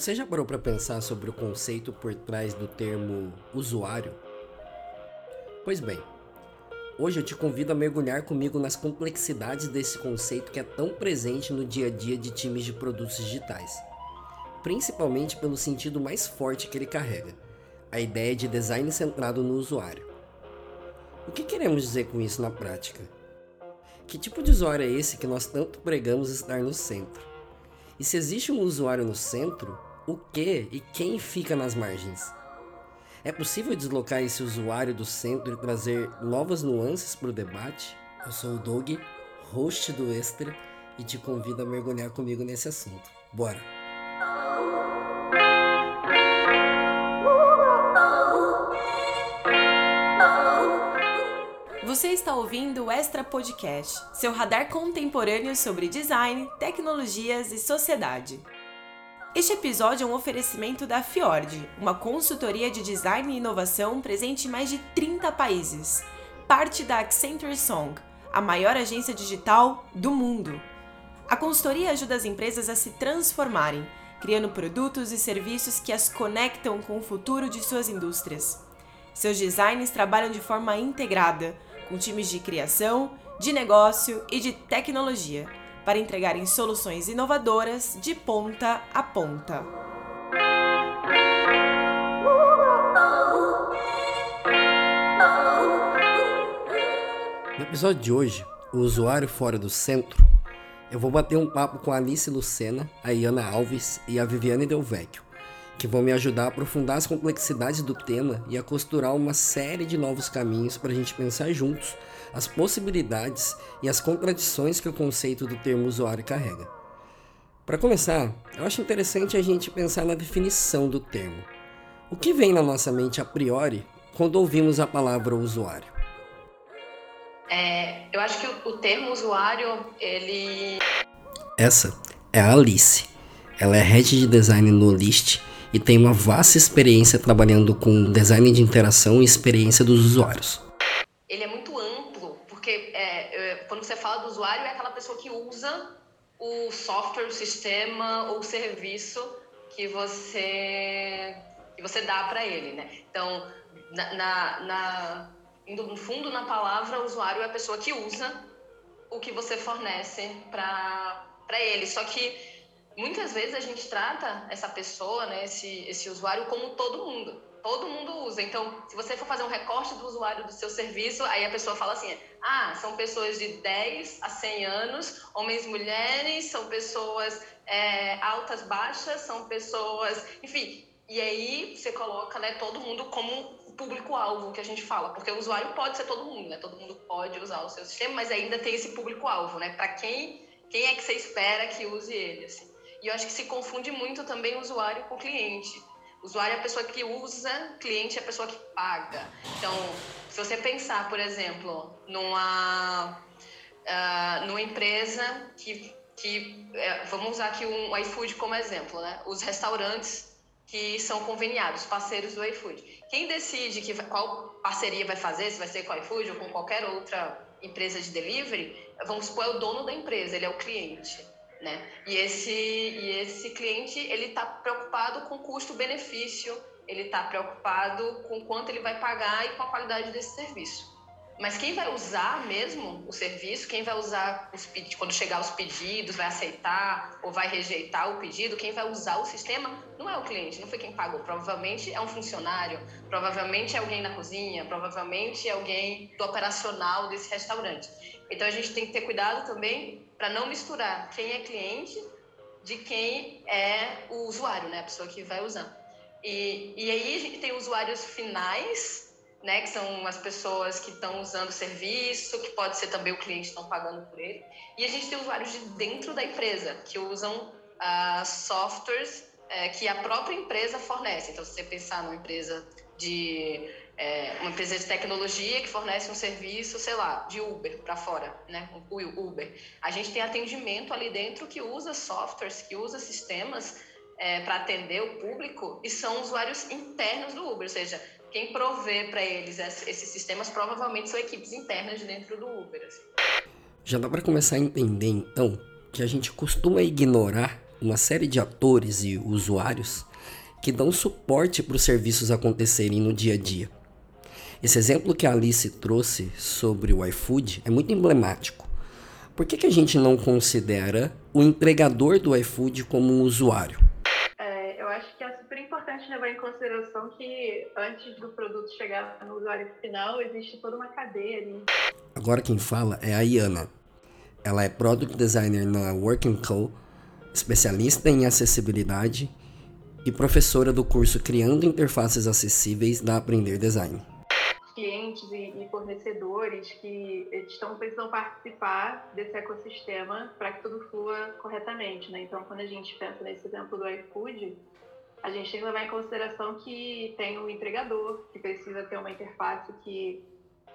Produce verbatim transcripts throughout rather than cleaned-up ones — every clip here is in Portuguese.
Você já parou para pensar sobre o conceito por trás do termo usuário? Pois bem, hoje eu te convido a mergulhar comigo nas complexidades desse conceito que é tão presente no dia a dia de times de produtos digitais, principalmente pelo sentido mais forte que ele carrega, a ideia de design centrado no usuário. O que queremos dizer com isso na prática? Que tipo de usuário é esse que nós tanto pregamos estar no centro? E se existe um usuário no centro, o que e quem fica nas margens? É possível deslocar esse usuário do centro e trazer novas nuances para o debate? Eu sou o Doug, host do Extra, e te convido a mergulhar comigo nesse assunto. Bora! Você está ouvindo o Extra Podcast, seu radar contemporâneo sobre design, tecnologias e sociedade. Este episódio é um oferecimento da Fiord, uma consultoria de design e inovação presente em mais de trinta países, parte da Accenture Song, a maior agência digital do mundo. A consultoria ajuda as empresas a se transformarem, criando produtos e serviços que as conectam com o futuro de suas indústrias. Seus designers trabalham de forma integrada, com times de criação, de negócio e de tecnologia, para entregarem soluções inovadoras de ponta a ponta. No episódio de hoje, o usuário fora do centro, eu vou bater um papo com a Alice Lucena, a Iana Alves e a Viviane Del Vecchio, que vão me ajudar a aprofundar as complexidades do tema e a costurar uma série de novos caminhos para a gente pensar juntos as possibilidades e as contradições que o conceito do termo usuário carrega. Para começar, eu acho interessante a gente pensar na definição do termo. O que vem na nossa mente a priori quando ouvimos a palavra usuário? É, eu acho que o, o termo usuário, ele... Essa é a Alice. Ela é Head de Design no List e tem uma vasta experiência trabalhando com design de interação e experiência dos usuários. Ele é muito amplo, porque é, é, quando você fala do usuário, é aquela pessoa que usa o software, o sistema ou o serviço que você, que você dá para ele, né? Então, na, na, na, indo no fundo na palavra, o usuário é a pessoa que usa o que você fornece para ele. Só que muitas vezes a gente trata essa pessoa, né, esse, esse usuário como todo mundo. Todo mundo usa. Então, se você for fazer um recorte do usuário do seu serviço, aí a pessoa fala assim, ah, são pessoas de dez a cem anos, homens e mulheres, são pessoas é, altas, baixas, são pessoas... Enfim, e aí você coloca, né, todo mundo como público-alvo que a gente fala. Porque o usuário pode ser todo mundo, né? Todo mundo pode usar o seu sistema, mas ainda tem esse público-alvo, né? Para quem, quem é que você espera que use ele, assim? E eu acho que se confunde muito também o usuário com o cliente. O usuário é a pessoa que usa, cliente é a pessoa que paga. Então, se você pensar, por exemplo, numa, uh, numa empresa que, que uh, vamos usar aqui um iFood como exemplo, né? Os restaurantes que são conveniados, parceiros do iFood. Quem decide que, qual parceria vai fazer, se vai ser com o iFood ou com qualquer outra empresa de delivery, vamos supor, é o dono da empresa, ele é o cliente. Né? E, esse, e esse cliente, ele está preocupado com o custo-benefício, ele está preocupado com quanto ele vai pagar e com a qualidade desse serviço. Mas quem vai usar mesmo o serviço, quem vai usar, os pedidos, quando chegar os pedidos, vai aceitar ou vai rejeitar o pedido, quem vai usar o sistema não é o cliente, não foi quem pagou. Provavelmente é um funcionário, provavelmente é alguém na cozinha, provavelmente é alguém do operacional desse restaurante. Então a gente tem que ter cuidado também para não misturar quem é cliente de quem é o usuário, né? A pessoa que vai usar. E, e aí a gente tem usuários finais, né? Que são as pessoas que estão usando o serviço, que pode ser também o cliente que estão pagando por ele. E a gente tem usuários de dentro da empresa, que usam uh, softwares uh, que a própria empresa fornece. Então, se você pensar numa empresa de... É, uma empresa de tecnologia que fornece um serviço, sei lá, de Uber para fora, né? O Uber. A gente tem atendimento ali dentro que usa softwares, que usa sistemas é, para atender o público e são usuários internos do Uber, ou seja, quem provê para eles esses sistemas provavelmente são equipes internas de dentro do Uber. Assim. Já dá para começar a entender, então, que a gente costuma ignorar uma série de atores e usuários que dão suporte para os serviços acontecerem no dia a dia. Esse exemplo que a Alice trouxe sobre o iFood é muito emblemático. Por que que a gente não considera o entregador do iFood como um usuário? É, eu acho que é super importante levar em consideração que antes do produto chegar no usuário final, existe toda uma cadeia ali. Agora quem fala é a Iana. Ela é Product Designer na Working Co, especialista em acessibilidade e professora do curso Criando Interfaces Acessíveis da Aprender Design. Clientes e, e fornecedores que estão precisam participar desse ecossistema para que tudo flua corretamente, né? Então, quando a gente pensa nesse exemplo do iFood, a gente tem que levar em consideração que tem o entregador, que precisa ter uma interface que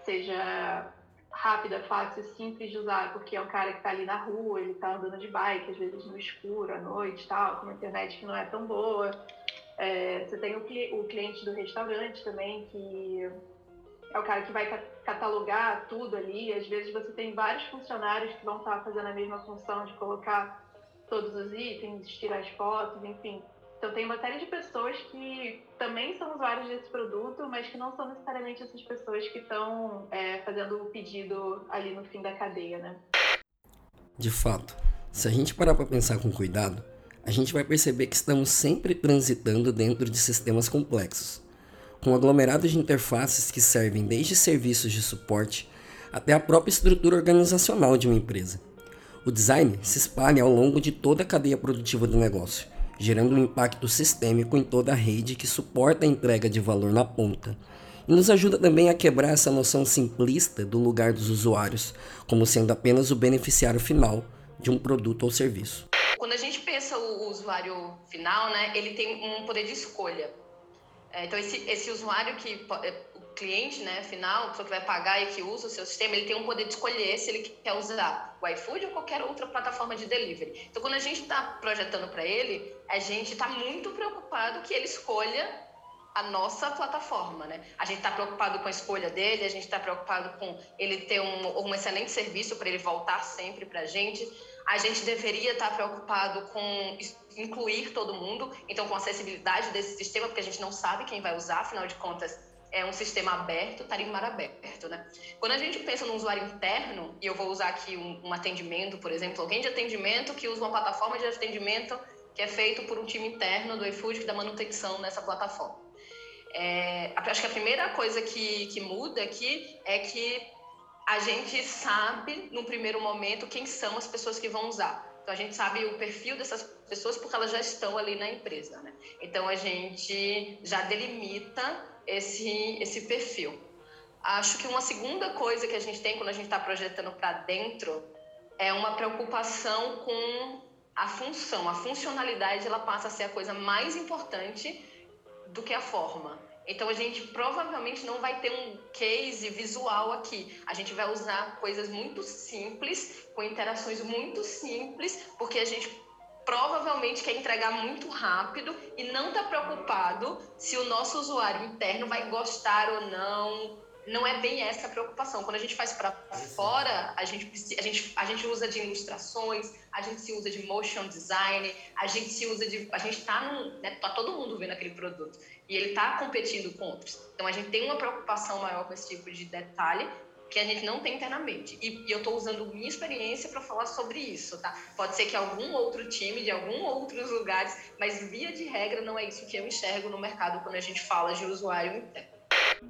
seja rápida, fácil, simples de usar, porque é um cara que está ali na rua, ele está andando de bike, às vezes no escuro, à noite, tal, com uma internet que não é tão boa. É, você tem o, o cliente do restaurante também, que é o cara que vai catalogar tudo ali. Às vezes você tem vários funcionários que vão estar fazendo a mesma função de colocar todos os itens, tirar as fotos, enfim. Então tem uma série de pessoas que também são usuários desse produto, mas que não são necessariamente essas pessoas que estão é, fazendo o pedido ali no fim da cadeia, né? De fato, se a gente parar para pensar com cuidado, a gente vai perceber que estamos sempre transitando dentro de sistemas complexos, com aglomerados de interfaces que servem desde serviços de suporte até a própria estrutura organizacional de uma empresa. O design se espalha ao longo de toda a cadeia produtiva do negócio, gerando um impacto sistêmico em toda a rede que suporta a entrega de valor na ponta. E nos ajuda também a quebrar essa noção simplista do lugar dos usuários, como sendo apenas o beneficiário final de um produto ou serviço. Quando a gente pensa o usuário final, né, ele tem um poder de escolha. Então, esse, esse usuário, que o cliente, né, final, a pessoa que vai pagar e que usa o seu sistema, ele tem um poder de escolher se ele quer usar o iFood ou qualquer outra plataforma de delivery. Então, quando a gente está projetando para ele, a gente está muito preocupado que ele escolha a nossa plataforma, né? A gente está preocupado com a escolha dele, a gente está preocupado com ele ter um, um excelente serviço para ele voltar sempre para a gente. A gente deveria estar preocupado com incluir todo mundo, então com a acessibilidade desse sistema, porque a gente não sabe quem vai usar, afinal de contas, é um sistema aberto, está em mar aberto, né? Quando a gente pensa no usuário interno, e eu vou usar aqui um, um atendimento, por exemplo, alguém de atendimento que usa uma plataforma de atendimento que é feito por um time interno do iFood que dá manutenção nessa plataforma. É, acho que a primeira coisa que, que muda aqui é que a gente sabe, no primeiro momento, quem são as pessoas que vão usar. Então, a gente sabe o perfil dessas pessoas porque elas já estão ali na empresa, né? Então, a gente já delimita esse, esse perfil. Acho que uma segunda coisa que a gente tem quando a gente está projetando para dentro é uma preocupação com a função. A funcionalidade, ela passa a ser a coisa mais importante do que a forma. Então, a gente provavelmente não vai ter um case visual aqui. A gente vai usar coisas muito simples, com interações muito simples, porque a gente provavelmente quer entregar muito rápido e não está preocupado se o nosso usuário interno vai gostar ou não. Não é bem essa a preocupação. Quando a gente faz para fora, a gente, a, gente, a gente usa de ilustrações, a gente se usa de motion design, a gente se usa de... A gente está né, tá todo mundo vendo aquele produto e ele está competindo com outros. Então, a gente tem uma preocupação maior com esse tipo de detalhe que a gente não tem internamente. E, e eu estou usando minha experiência para falar sobre isso, tá? Pode ser que algum outro time, de algum outros lugares, mas via de regra não é isso que eu enxergo no mercado quando a gente fala de usuário interno.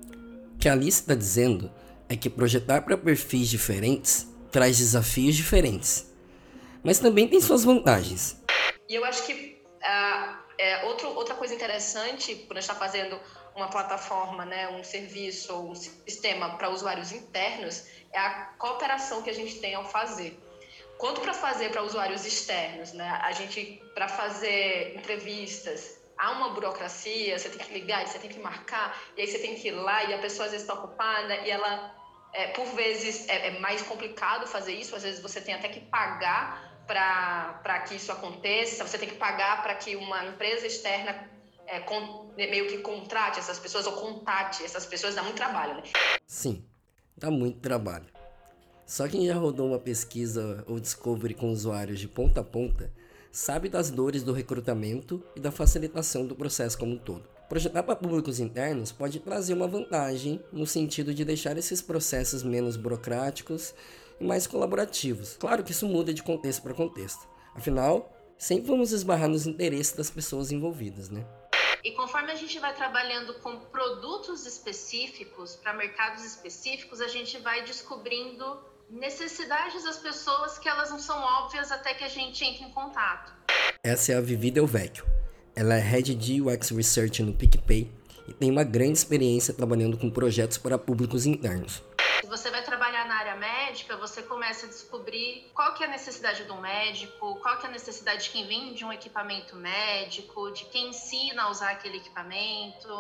O que a Alice está dizendo é que projetar para perfis diferentes traz desafios diferentes, mas também tem suas vantagens. E eu acho que uh, é, outro, outra coisa interessante, quando a gente está fazendo uma plataforma, né, um serviço ou um sistema para usuários internos, é a cooperação que a gente tem ao fazer. Quanto para fazer para usuários externos, né, a gente, para fazer entrevistas, há uma burocracia, você tem que ligar, você tem que marcar, e aí você tem que ir lá, e a pessoa às vezes está ocupada, e ela, é, por vezes, é, é mais complicado fazer isso, às vezes você tem até que pagar para que isso aconteça, você tem que pagar para que uma empresa externa é, com, meio que contrate essas pessoas, ou contate essas pessoas, dá muito trabalho, né? Sim, dá muito trabalho. Só quem já rodou uma pesquisa ou discovery com usuários de ponta a ponta sabe das dores do recrutamento e da facilitação do processo como um todo. Projetar para públicos internos pode trazer uma vantagem no sentido de deixar esses processos menos burocráticos e mais colaborativos. Claro que isso muda de contexto para contexto. Afinal, sempre vamos esbarrar nos interesses das pessoas envolvidas, né? E conforme a gente vai trabalhando com produtos específicos, para mercados específicos, a gente vai descobrindo necessidades das pessoas que elas não são óbvias até que a gente entre em contato. Essa é a Vivi Del Vecchio. Ela é Head de U X Research no PicPay e tem uma grande experiência trabalhando com projetos para públicos internos. Se você vai trabalhar na área médica, você começa a descobrir qual que é a necessidade do médico, qual que é a necessidade de quem vende um equipamento médico, de quem ensina a usar aquele equipamento,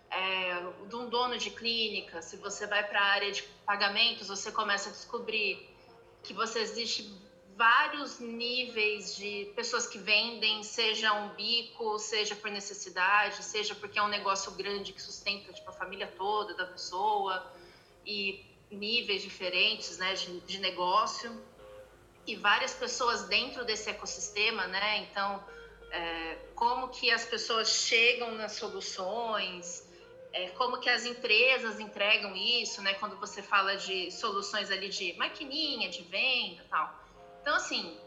é, de um dono de clínica. Se você vai para a área de pagamentos, você começa a descobrir que você existe vários níveis de pessoas que vendem, seja um bico, seja por necessidade, seja porque é um negócio grande que sustenta tipo, a família toda da pessoa, e níveis diferentes, né, de, de negócio, e várias pessoas dentro desse ecossistema, né? Então, é, como que as pessoas chegam nas soluções, é, como que as empresas entregam isso, né? Quando você fala de soluções ali de maquininha, de venda e tal. Então, assim,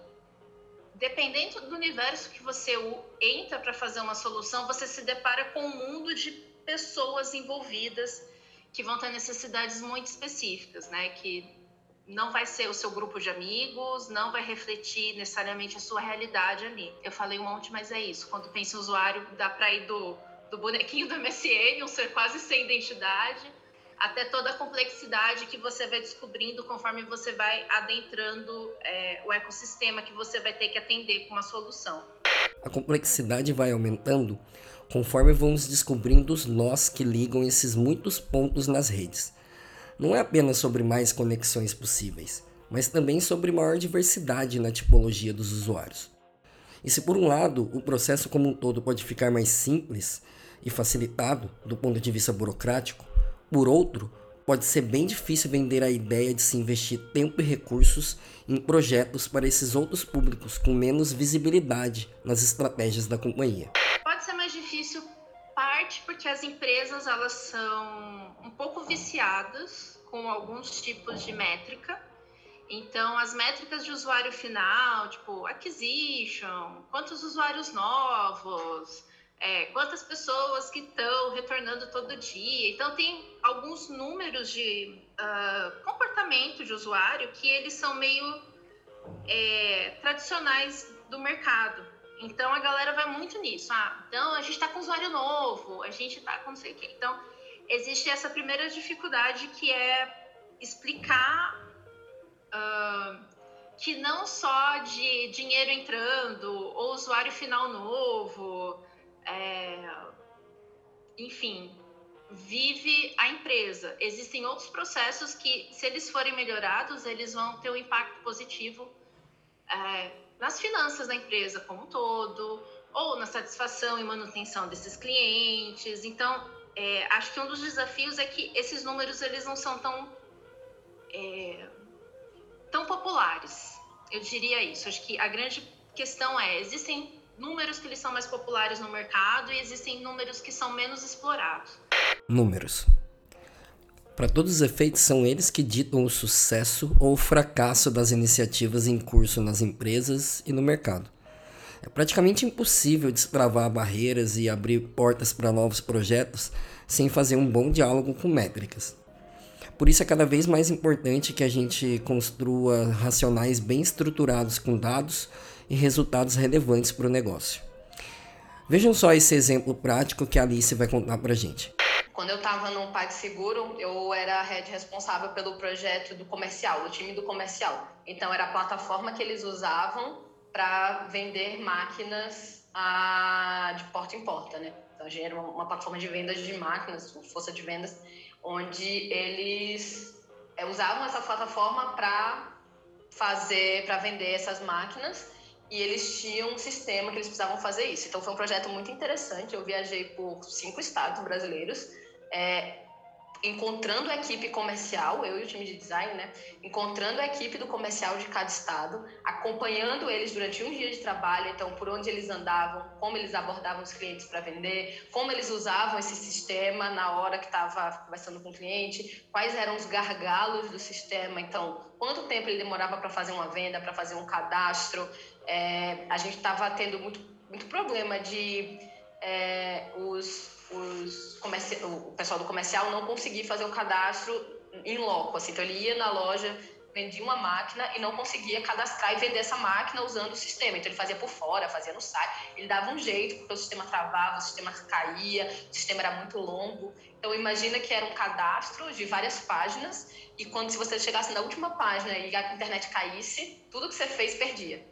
dependendo do universo que você entra para fazer uma solução, você se depara com um mundo de pessoas envolvidas que vão ter necessidades muito específicas, né? Que não vai ser o seu grupo de amigos, não vai refletir necessariamente a sua realidade ali. Eu falei um monte, mas é isso. Quando pensa em usuário, dá para ir do, do bonequinho do M S N, um ser quase sem identidade, até toda a complexidade que você vai descobrindo conforme você vai adentrando é, o ecossistema que você vai ter que atender com uma solução. A complexidade vai aumentando conforme vamos descobrindo os nós que ligam esses muitos pontos nas redes. Não é apenas sobre mais conexões possíveis, mas também sobre maior diversidade na tipologia dos usuários. E se por um lado o processo como um todo pode ficar mais simples e facilitado do ponto de vista burocrático, por outro, pode ser bem difícil vender a ideia de se investir tempo e recursos em projetos para esses outros públicos com menos visibilidade nas estratégias da companhia. Pode ser mais difícil, parte porque as empresas elas são um pouco viciadas com alguns tipos de métrica. Então, as métricas de usuário final, tipo acquisition, quantos usuários novos, é, quantas pessoas que estão retornando todo dia. Então, tem alguns números de uh, comportamento de usuário que eles são meio é, tradicionais do mercado. Então, a galera vai muito nisso. Ah, então, a gente está com usuário novo, a gente está com não sei o quê. Então, existe essa primeira dificuldade que é explicar uh, que não só de dinheiro entrando ou usuário final novo, é, enfim, vive a empresa. Existem outros processos que, se eles forem melhorados, eles vão ter um impacto positivo é, nas finanças da empresa como um todo, ou na satisfação e manutenção desses clientes. Então, é, acho que um dos desafios é que esses números eles não são tão, é, tão populares. Eu diria isso. Acho que a grande questão é, existem números que eles são mais populares no mercado e existem números que são menos explorados. Números. Para todos os efeitos, são eles que ditam o sucesso ou o fracasso das iniciativas em curso nas empresas e no mercado. É praticamente impossível destravar barreiras e abrir portas para novos projetos sem fazer um bom diálogo com métricas. Por isso é cada vez mais importante que a gente construa racionais bem estruturados com dados e resultados relevantes para o negócio. Vejam só esse exemplo prático que a Alice vai contar para a gente. Quando eu estava no PagSeguro, eu era a head responsável pelo projeto do comercial, do time do comercial. Então, era a plataforma que eles usavam para vender máquinas a, de porta em porta, né? Então, a gente era uma, uma plataforma de vendas de máquinas, força de vendas, onde eles é, usavam essa plataforma para fazer, para vender essas máquinas. E eles tinham um sistema que eles precisavam fazer isso. Então, foi um projeto muito interessante. Eu viajei por cinco estados brasileiros, é, encontrando a equipe comercial, eu e o time de design, né? Encontrando a equipe do comercial de cada estado, acompanhando eles durante um dia de trabalho, então por onde eles andavam, como eles abordavam os clientes para vender, como eles usavam esse sistema na hora que estava conversando com o cliente, quais eram os gargalos do sistema, então quanto tempo ele demorava para fazer uma venda, para fazer um cadastro. É, a gente estava tendo muito, muito problema de é, os Os comerci... o pessoal do comercial não conseguia fazer o cadastro em loco, assim. Então ele ia na loja, vendia uma máquina e não conseguia cadastrar e vender essa máquina usando o sistema. Então ele fazia por fora, fazia no site, ele dava um jeito porque o sistema travava, o sistema caía, o sistema era muito longo. Então imagina que era um cadastro de várias páginas e quando se você chegasse na última página e a internet caísse, tudo que você fez perdia.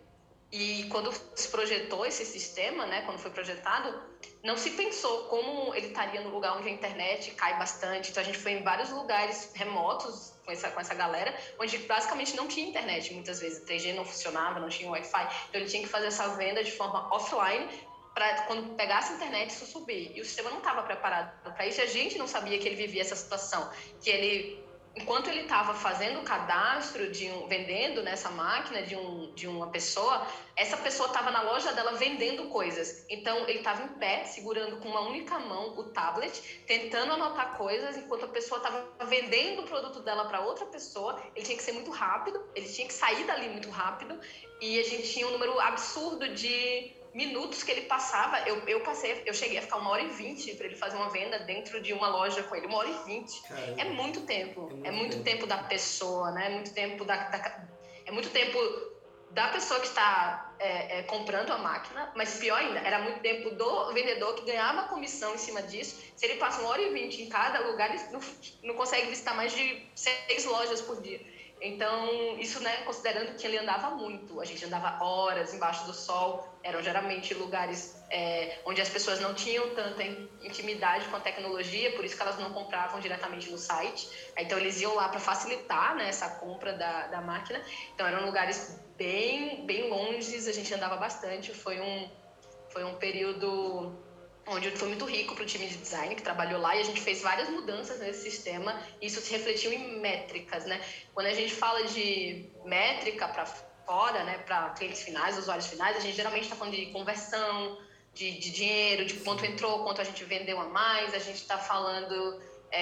E quando se projetou esse sistema, né, quando foi projetado, não se pensou como ele estaria no lugar onde a internet cai bastante. Então a gente foi em vários lugares remotos com essa, com essa galera, onde basicamente não tinha internet muitas vezes. O três G não funcionava, não tinha Wi-Fi. Então ele tinha que fazer essa venda de forma offline para quando pegasse a internet isso subir. E o sistema não estava preparado para isso. A gente não sabia que ele vivia essa situação, que ele... Enquanto ele estava fazendo o cadastro, de um, vendendo nessa máquina de, um, de uma pessoa, essa pessoa estava na loja dela vendendo coisas. Então, ele estava em pé, segurando com uma única mão o tablet, tentando anotar coisas, enquanto a pessoa estava vendendo o produto dela para outra pessoa. Ele tinha que ser muito rápido, ele tinha que sair dali muito rápido. E a gente tinha um número absurdo de minutos que ele passava. Eu, eu passei, eu cheguei a ficar uma hora e vinte para ele fazer uma venda dentro de uma loja com ele. Uma hora e vinte. Caramba. É muito tempo. É muito, é muito tempo. tempo da pessoa, né? É muito tempo da, da, é muito tempo da pessoa que está é, é, comprando a máquina, mas pior ainda, era muito tempo do vendedor que ganhava comissão em cima disso. Se ele passa uma hora e vinte em cada lugar, ele não, não consegue visitar mais de seis lojas por dia. Então, isso, né, considerando que ele andava muito, a gente andava horas embaixo do sol, eram geralmente lugares é, onde as pessoas não tinham tanta intimidade com a tecnologia, por isso que elas não compravam diretamente no site. Então, eles iam lá para facilitar, né, essa compra da, da máquina. Então, eram lugares bem, bem longes, a gente andava bastante, foi um, foi um período... onde foi muito rico para o time de design que trabalhou lá, e a gente fez várias mudanças nesse sistema, e isso se refletiu em métricas, né? Quando a gente fala de métrica para fora, né, para clientes finais, usuários finais, a gente geralmente está falando de conversão, de, de dinheiro, de quanto entrou, quanto a gente vendeu a mais, a gente está falando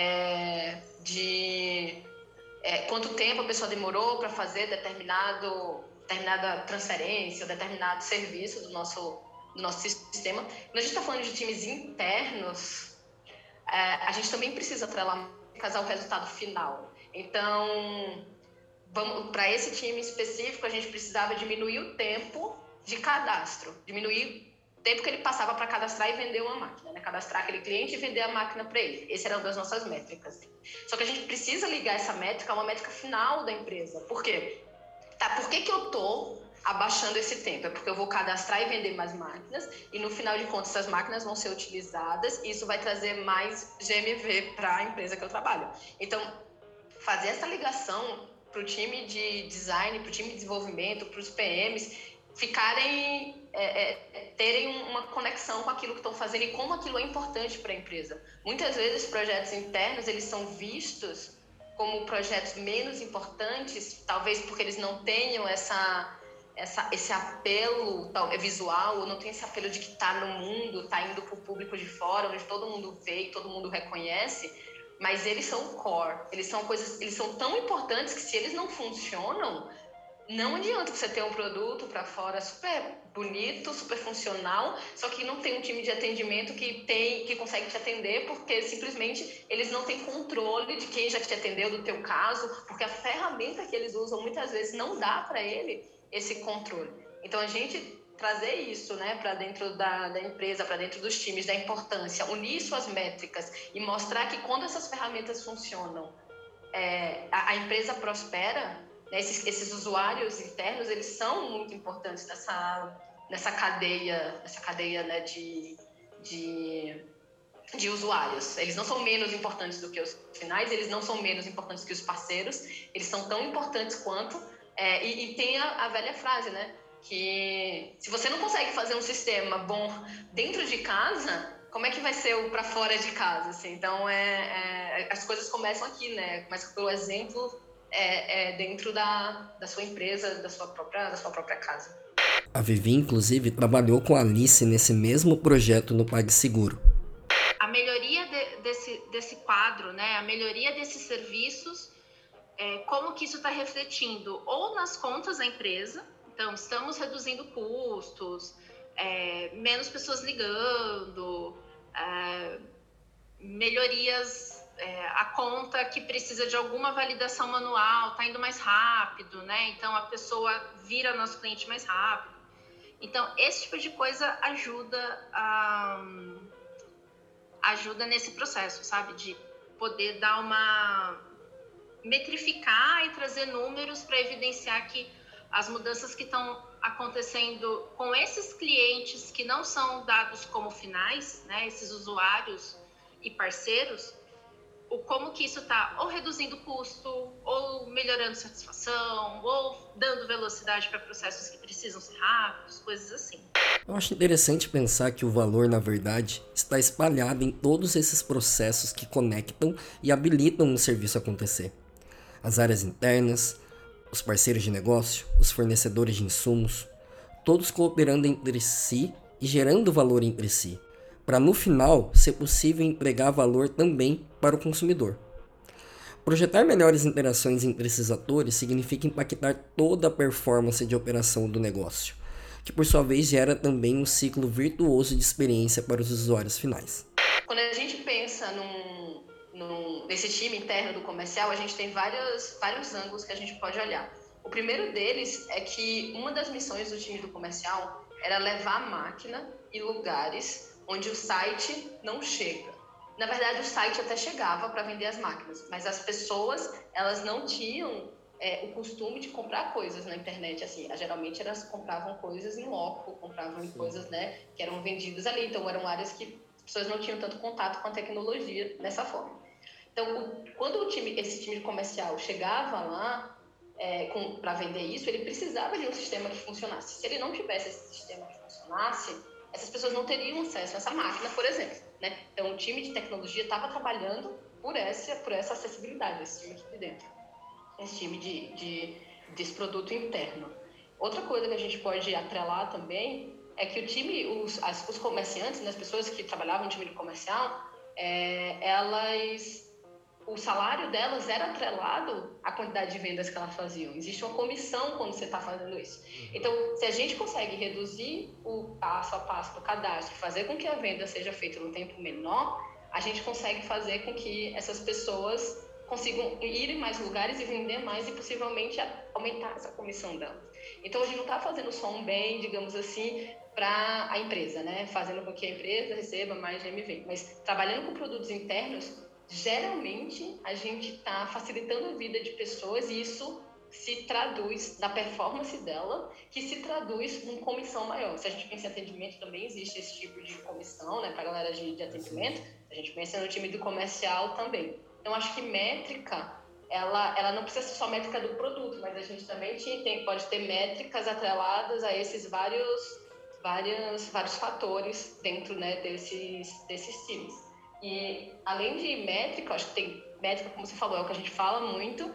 é, de é, quanto tempo a pessoa demorou para fazer determinado, determinada transferência, ou determinado serviço do nosso do nosso sistema. Quando a gente está falando de times internos, é, a gente também precisa atrelar ao resultado final. Então, para esse time específico, a gente precisava diminuir o tempo de cadastro, diminuir o tempo que ele passava para cadastrar e vender uma máquina, né? Cadastrar aquele cliente e vender a máquina para ele. Esse era uma das nossas métricas. Só que a gente precisa ligar essa métrica a uma métrica final da empresa. Por quê? Tá, por que que eu tô abaixando esse tempo? É porque eu vou cadastrar e vender mais máquinas e no final de contas essas máquinas vão ser utilizadas e isso vai trazer mais G M V para a empresa que eu trabalho. Então, fazer essa ligação para o time de design, para o time de desenvolvimento, para os P Ms ficarem, é, é, terem uma conexão com aquilo que estão fazendo e como aquilo é importante para a empresa. Muitas vezes projetos internos eles são vistos como projetos menos importantes, talvez porque eles não tenham essa Essa, esse apelo tal, visual, não tem esse apelo de que está no mundo, está indo para o público de fora, onde todo mundo vê e todo mundo reconhece, mas eles são core, eles são coisas, eles são tão importantes que se eles não funcionam, não adianta você ter um produto para fora super bonito, super funcional, só que não tem um time de atendimento que, tem, que consegue te atender, porque simplesmente eles não têm controle de quem já te atendeu do teu caso, porque a ferramenta que eles usam muitas vezes não dá para ele esse controle. Então, a gente trazer isso, né, para dentro da, da empresa, para dentro dos times, da importância, unir suas métricas e mostrar que quando essas ferramentas funcionam, é, a, a empresa prospera, né, esses, esses usuários internos, eles são muito importantes nessa, nessa cadeia, nessa cadeia né, de, de, de usuários. Eles não são menos importantes do que os finais, eles não são menos importantes que os parceiros, eles são tão importantes quanto. É, e, e tem a, a velha frase, né? Que se você não consegue fazer um sistema bom dentro de casa, como é que vai ser o para fora de casa, assim? Então, é, é, as coisas começam aqui, né? Começa pelo exemplo é, é dentro da, da sua empresa, da sua própria, da sua própria casa. A Vivi, inclusive, trabalhou com a Alice nesse mesmo projeto no PagSeguro. A melhoria de, desse, desse quadro, né? A melhoria desses serviços, é, como que isso está refletindo ou nas contas da empresa. Então, estamos reduzindo custos, é, menos pessoas ligando, é, melhorias, é, a conta que precisa de alguma validação manual está indo mais rápido, né? Então, a pessoa vira nosso cliente mais rápido. Então, esse tipo de coisa ajuda, a, ajuda nesse processo, sabe? De poder dar uma... metrificar e trazer números para evidenciar que as mudanças que estão acontecendo com esses clientes que não são dados como finais, né, esses usuários e parceiros, o como que isso está ou reduzindo custo, ou melhorando satisfação, ou dando velocidade para processos que precisam ser rápidos, coisas assim. Eu acho interessante pensar que o valor, na verdade, está espalhado em todos esses processos que conectam e habilitam o serviço a acontecer. As áreas internas, os parceiros de negócio, os fornecedores de insumos, todos cooperando entre si e gerando valor entre si, para no final ser possível entregar valor também para o consumidor. Projetar melhores interações entre esses atores significa impactar toda a performance de operação do negócio, que por sua vez gera também um ciclo virtuoso de experiência para os usuários finais. Quando a gente pensa num, num, nesse time interno do comercial, a gente tem vários, vários ângulos que a gente pode olhar. O primeiro deles é que uma das missões do time do comercial era levar a máquina em lugares onde o site não chega. Na verdade, o site até chegava para vender as máquinas, mas as pessoas, elas não tinham é, o costume de comprar coisas na internet. Assim, geralmente elas compravam coisas em loco, compravam em coisas, né, que eram vendidas ali. Então, eram áreas que as pessoas não tinham tanto contato com a tecnologia dessa forma. Então, o, quando o time, esse time comercial chegava lá é, para vender isso, ele precisava de um sistema que funcionasse. Se ele não tivesse esse sistema que funcionasse, essas pessoas não teriam acesso a essa máquina, por exemplo, né? Então, o time de tecnologia estava trabalhando por essa, por essa acessibilidade, esse time aqui de dentro, esse time de, de, desse produto interno. Outra coisa que a gente pode atrelar também é que o time, os, as, os comerciantes, né, as pessoas que trabalhavam no time de comercial, é, elas... o salário delas era atrelado à quantidade de vendas que elas faziam. Existe uma comissão quando você está fazendo isso. Então, se a gente consegue reduzir o passo a passo do cadastro, fazer com que a venda seja feita num tempo menor, a gente consegue fazer com que essas pessoas consigam ir em mais lugares e vender mais e possivelmente aumentar essa comissão delas. Então, a gente não está fazendo só um bem, digamos assim, para a empresa, né? Fazendo com que a empresa receba mais G M V. Mas trabalhando com produtos internos, geralmente a gente está facilitando a vida de pessoas e isso se traduz na performance dela, que se traduz em comissão maior. Se a gente pensa em atendimento, também existe esse tipo de comissão, né, para a galera de, de atendimento. A gente pensa no time do comercial também. Então, acho que métrica, ela, ela não precisa ser só métrica do produto, mas a gente também tem, pode ter métricas atreladas a esses vários, vários, vários fatores dentro, né, desses, desses times. E além de métrica, acho que tem métrica, como você falou, é o que a gente fala muito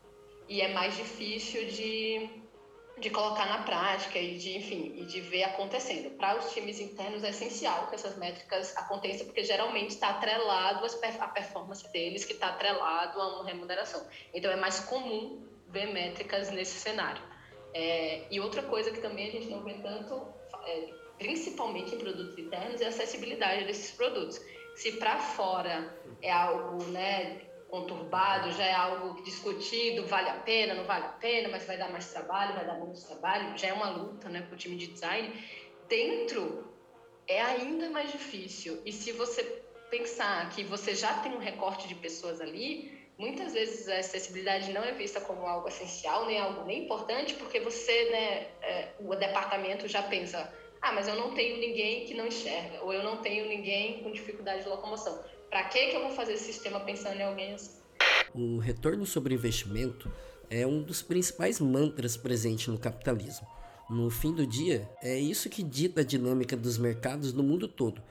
e é mais difícil de, de colocar na prática e de, enfim, e de ver acontecendo. Para os times internos é essencial que essas métricas aconteçam, porque geralmente está atrelado à performance deles, que está atrelado a uma remuneração. Então é mais comum ver métricas nesse cenário. É, e outra coisa que também a gente não vê tanto, é, principalmente em produtos internos, é a acessibilidade desses produtos. Se para fora é algo, né, conturbado, já é algo discutido, vale a pena, não vale a pena, mas vai dar mais trabalho, vai dar menos trabalho, já é uma luta, né, para o time de design, dentro é ainda mais difícil. E se você pensar que você já tem um recorte de pessoas ali, muitas vezes a acessibilidade não é vista como algo essencial, nem algo nem importante, porque você, né, é, o departamento já pensa... ah, mas eu não tenho ninguém que não enxerga, ou eu não tenho ninguém com dificuldade de locomoção. Para que que eu vou fazer esse sistema pensando em alguém assim? O retorno sobre investimento é um dos principais mantras presentes no capitalismo. No fim do dia, é isso que dita a dinâmica dos mercados no mundo todo.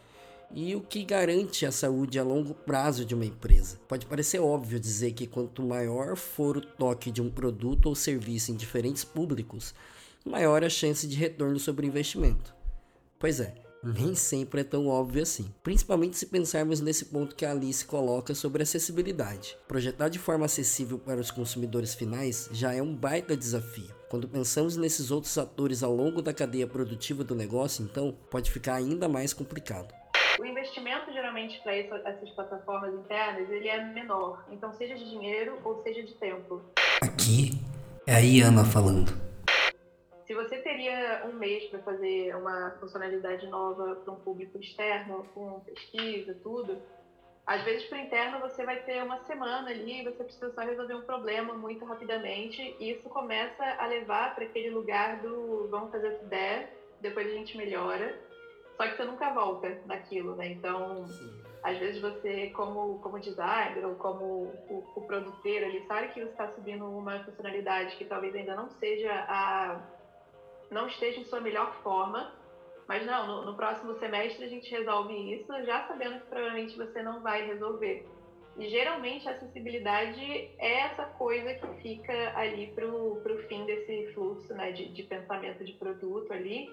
e o que garante a saúde a longo prazo de uma empresa. Pode parecer óbvio dizer que quanto maior for o toque de um produto ou serviço em diferentes públicos, maior a chance de retorno sobre o investimento. Pois é, nem sempre é tão óbvio assim, principalmente se pensarmos nesse ponto que a Alice coloca sobre acessibilidade. Projetar de forma acessível para os consumidores finais já é um baita desafio. Quando pensamos nesses outros atores ao longo da cadeia produtiva do negócio, então, pode ficar ainda mais complicado. O investimento, geralmente, para essas plataformas internas, ele é menor. Então, seja de dinheiro ou seja de tempo. Aqui é a Iana falando. Se você teria um mês para fazer uma funcionalidade nova para um público externo, com pesquisa, tudo, às vezes para o interno você vai ter uma semana ali, você precisa só resolver um problema muito rapidamente, e isso começa a levar para aquele lugar do vamos fazer o que der, depois a gente melhora, só que você nunca volta naquilo, né? Então, sim, às vezes você, como, como designer ou como o, o produteiro ali, sabe que você está subindo uma funcionalidade que talvez ainda não seja a... não esteja em sua melhor forma, mas não, no, no próximo semestre a gente resolve isso, já sabendo que provavelmente você não vai resolver. E geralmente a acessibilidade é essa coisa que fica ali para o fim desse fluxo, né, de, de pensamento de produto ali,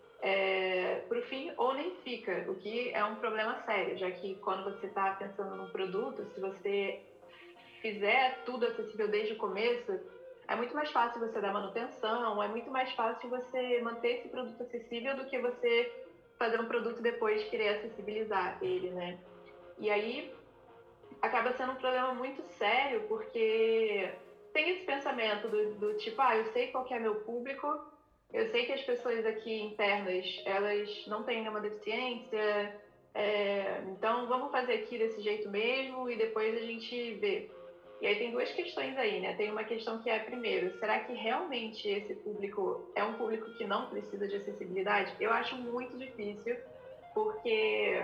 é, para o fim ou nem fica, o que é um problema sério, já que quando você está pensando num produto, se você fizer tudo acessível desde o começo, é muito mais fácil você dar manutenção, é muito mais fácil você manter esse produto acessível do que você fazer um produto depois querer acessibilizar ele, né? E aí acaba sendo um problema muito sério, porque tem esse pensamento do, do tipo, ah, eu sei qual que é meu público, eu sei que as pessoas aqui internas, elas não têm nenhuma deficiência, é, então vamos fazer aqui desse jeito mesmo e depois a gente vê. E aí tem duas questões aí, né? Tem uma questão que é, primeiro, será que realmente esse público é um público que não precisa de acessibilidade? Eu acho muito difícil, porque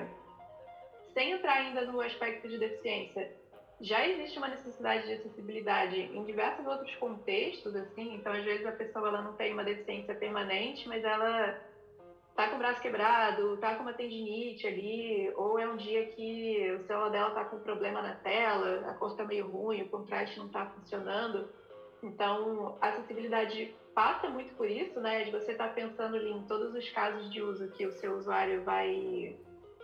sem entrar ainda no aspecto de deficiência, já existe uma necessidade de acessibilidade em diversos outros contextos, assim, então às vezes a pessoa ela não tem uma deficiência permanente, mas ela tá com o braço quebrado, tá com uma tendinite ali, ou é um dia que o celular dela tá com problema na tela, a cor tá meio ruim, o contraste não tá funcionando. Então, a acessibilidade passa muito por isso, né, de você estar tá pensando ali em todos os casos de uso que o seu usuário vai,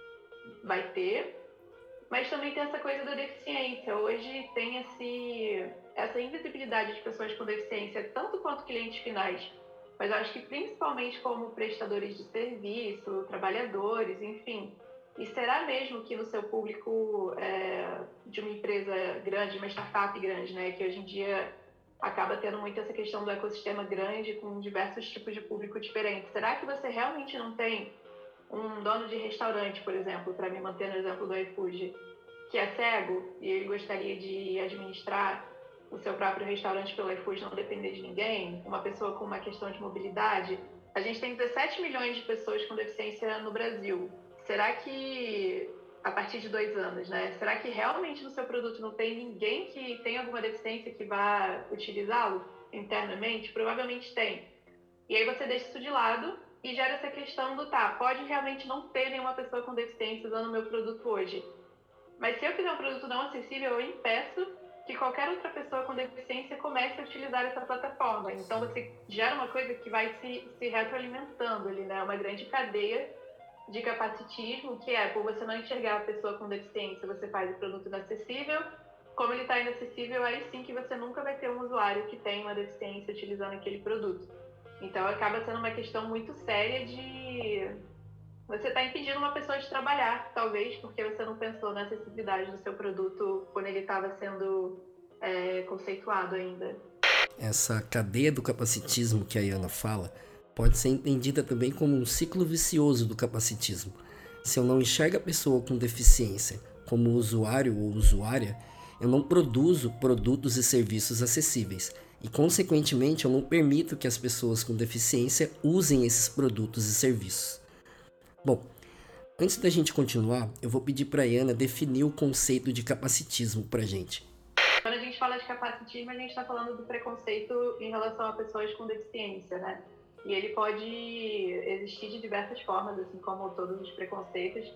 vai ter, mas também tem essa coisa da deficiência. Hoje tem esse, essa invisibilidade de pessoas com deficiência, tanto quanto clientes finais, mas eu acho que principalmente como prestadores de serviço, trabalhadores, enfim. E será mesmo que no seu público é, de uma empresa grande, uma startup grande, né, que hoje em dia acaba tendo muito essa questão do ecossistema grande com diversos tipos de público diferentes, será que você realmente não tem um dono de restaurante, por exemplo, para me manter no exemplo do iFood, que é cego e ele gostaria de administrar o seu próprio restaurante pelo iFood, não depender de ninguém, uma pessoa com uma questão de mobilidade? A gente tem dezessete milhões de pessoas com deficiência no Brasil. Será que, a partir de dois anos, né? Será que realmente no seu produto não tem ninguém que tem alguma deficiência que vá utilizá-lo internamente? Provavelmente tem. E aí você deixa isso de lado e gera essa questão do, tá, pode realmente não ter nenhuma pessoa com deficiência usando o meu produto hoje. Mas se eu fizer um produto não acessível, eu impeço que qualquer outra pessoa com deficiência comece a utilizar essa plataforma. Então você gera uma coisa que vai se, se retroalimentando ali, né? Uma grande cadeia de capacitismo, que é, por você não enxergar a pessoa com deficiência, você faz o produto inacessível. Como ele está inacessível, aí sim que você nunca vai ter um usuário que tem uma deficiência utilizando aquele produto. Então acaba sendo uma questão muito séria de... você está impedindo uma pessoa de trabalhar, talvez, porque você não pensou na acessibilidade do seu produto quando ele estava sendo é, conceituado ainda. Essa cadeia do capacitismo que a Iana fala pode ser entendida também como um ciclo vicioso do capacitismo. Se eu não enxergo a pessoa com deficiência como usuário ou usuária, eu não produzo produtos e serviços acessíveis e, consequentemente, eu não permito que as pessoas com deficiência usem esses produtos e serviços. Bom, antes da gente continuar, eu vou pedir para a Iana definir o conceito de capacitismo para a gente. Quando a gente fala de capacitismo, a gente está falando do preconceito em relação a pessoas com deficiência, né? E ele pode existir de diversas formas, assim como todos os preconceitos,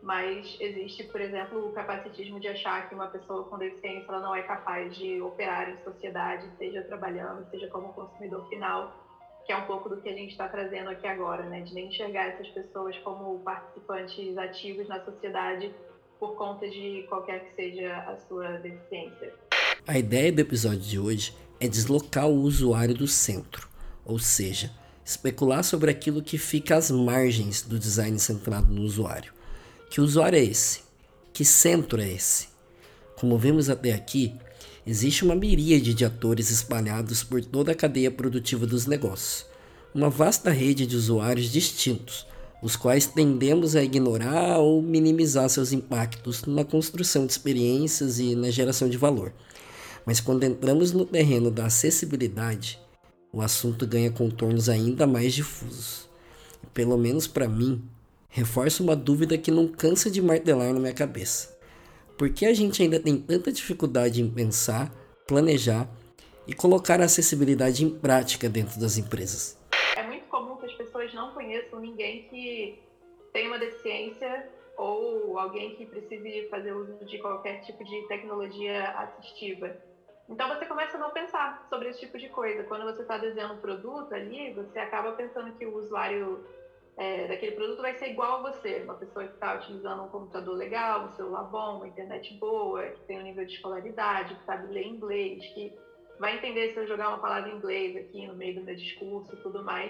mas existe, por exemplo, o capacitismo de achar que uma pessoa com deficiência ela não é capaz de operar em sociedade, seja trabalhando, seja como consumidor final, que é um pouco do que a gente está trazendo aqui agora, né? De nem enxergar essas pessoas como participantes ativos na sociedade por conta de qualquer que seja a sua deficiência. A ideia do episódio de hoje é deslocar o usuário do centro, ou seja, especular sobre aquilo que fica às margens do design centrado no usuário. Que usuário é esse? Que centro é esse? Como vimos até aqui, existe uma miríade de atores espalhados por toda a cadeia produtiva dos negócios. Uma vasta rede de usuários distintos, os quais tendemos a ignorar ou minimizar seus impactos na construção de experiências e na geração de valor. Mas quando entramos no terreno da acessibilidade, o assunto ganha contornos ainda mais difusos. E, pelo menos para mim, reforça uma dúvida que não cansa de martelar na minha cabeça. Por que a gente ainda tem tanta dificuldade em pensar, planejar e colocar a acessibilidade em prática dentro das empresas? É muito comum que as pessoas não conheçam ninguém que tem uma deficiência ou alguém que precise fazer uso de qualquer tipo de tecnologia assistiva. Então você começa a não pensar sobre esse tipo de coisa. Quando você está desenhando um produto ali, você acaba pensando que o usuário é, daquele produto vai ser igual a você. Uma pessoa que está utilizando um computador legal, um celular bom, uma internet boa, que tem um nível de escolaridade, que sabe ler inglês, que vai entender se eu jogar uma palavra em inglês aqui no meio do meu discurso e tudo mais.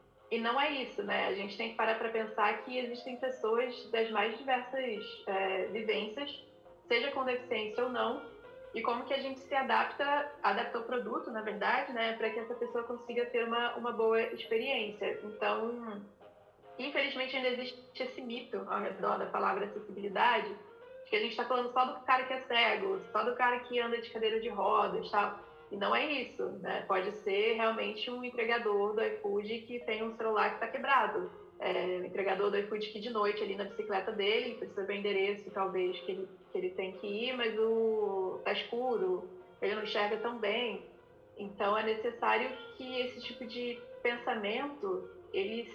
E não é isso, né? A gente tem que parar para pensar que existem pessoas das mais diversas é, vivências, seja com deficiência ou não, e como que a gente se adapta, adapta o produto, na verdade, né, para que essa pessoa consiga ter uma, uma boa experiência. Então, infelizmente, ainda existe esse mito ao redor da palavra acessibilidade, de que a gente está falando só do cara que é cego, só do cara que anda de cadeira de rodas, tal. E não é isso, né? Pode ser realmente um entregador do iFood que tem um celular que está quebrado. É, o entregador do iFood que de noite ali na bicicleta dele precisa ver o endereço talvez que ele, que ele tem que ir, mas o tá escuro, ele não enxerga tão bem. Então é necessário que esse tipo de pensamento ele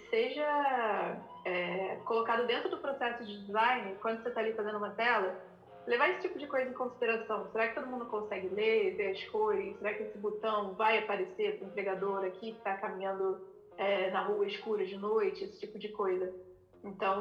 seja é, colocado dentro do processo de design. Quando você está ali fazendo uma tela, levar esse tipo de coisa em consideração. Será que todo mundo consegue ler, ver as cores? Será que esse botão vai aparecer para o entregador aqui que está caminhando É, na rua escura de noite, esse tipo de coisa. Então,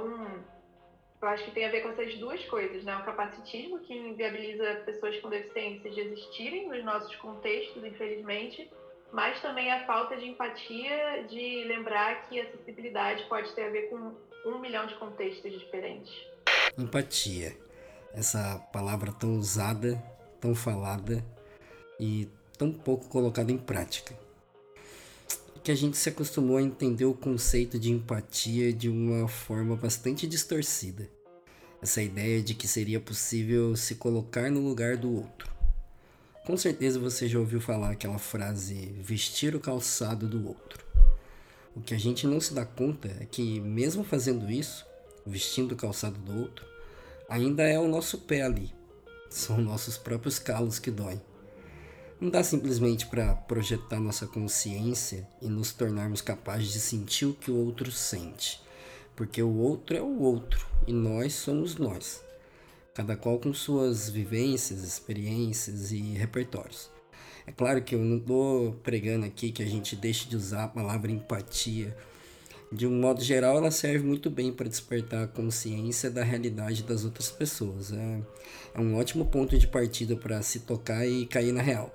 eu acho que tem a ver com essas duas coisas, né? O capacitismo, que inviabiliza pessoas com deficiência de existirem nos nossos contextos, infelizmente, mas também a falta de empatia, de lembrar que a acessibilidade pode ter a ver com um milhão de contextos diferentes. Empatia. Essa palavra tão usada, tão falada e tão pouco colocada em prática. Que a gente se acostumou a entender o conceito de empatia de uma forma bastante distorcida. Essa ideia de que seria possível se colocar no lugar do outro. Com certeza você já ouviu falar aquela frase, vestir o calçado do outro. O que a gente não se dá conta é que mesmo fazendo isso, vestindo o calçado do outro, ainda é o nosso pé ali. São nossos próprios calos que doem. Não dá simplesmente para projetar nossa consciência e nos tornarmos capazes de sentir o que o outro sente. Porque o outro é o outro e nós somos nós. Cada qual com suas vivências, experiências e repertórios. É claro que eu não estou pregando aqui que a gente deixe de usar a palavra empatia. De um modo geral, ela serve muito bem para despertar a consciência da realidade das outras pessoas. É, é um ótimo ponto de partida para se tocar e cair na real.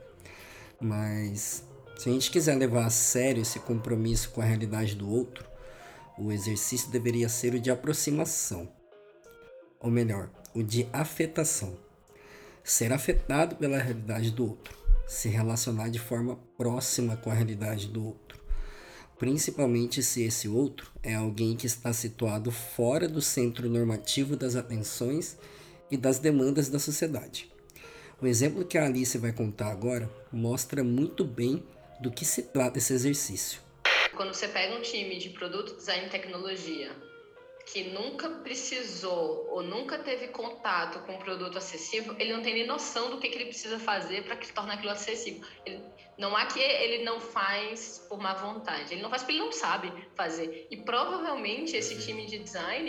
Mas se a gente quiser levar a sério esse compromisso com a realidade do outro, o exercício deveria ser o de aproximação. Ou melhor, o de afetação. Ser afetado pela realidade do outro. Se relacionar de forma próxima com a realidade do outro. Principalmente se esse outro é alguém que está situado fora do centro normativo das atenções e das demandas da sociedade. O exemplo que a Alice vai contar agora mostra muito bem do que se trata esse exercício. Quando você pega um time de produto, design e tecnologia que nunca precisou ou nunca teve contato com um produto acessível, ele não tem nem noção do que, que ele precisa fazer para tornar aquilo acessível. Ele, não há que ele não faz por má vontade, ele não faz porque ele não sabe fazer. E provavelmente esse time de design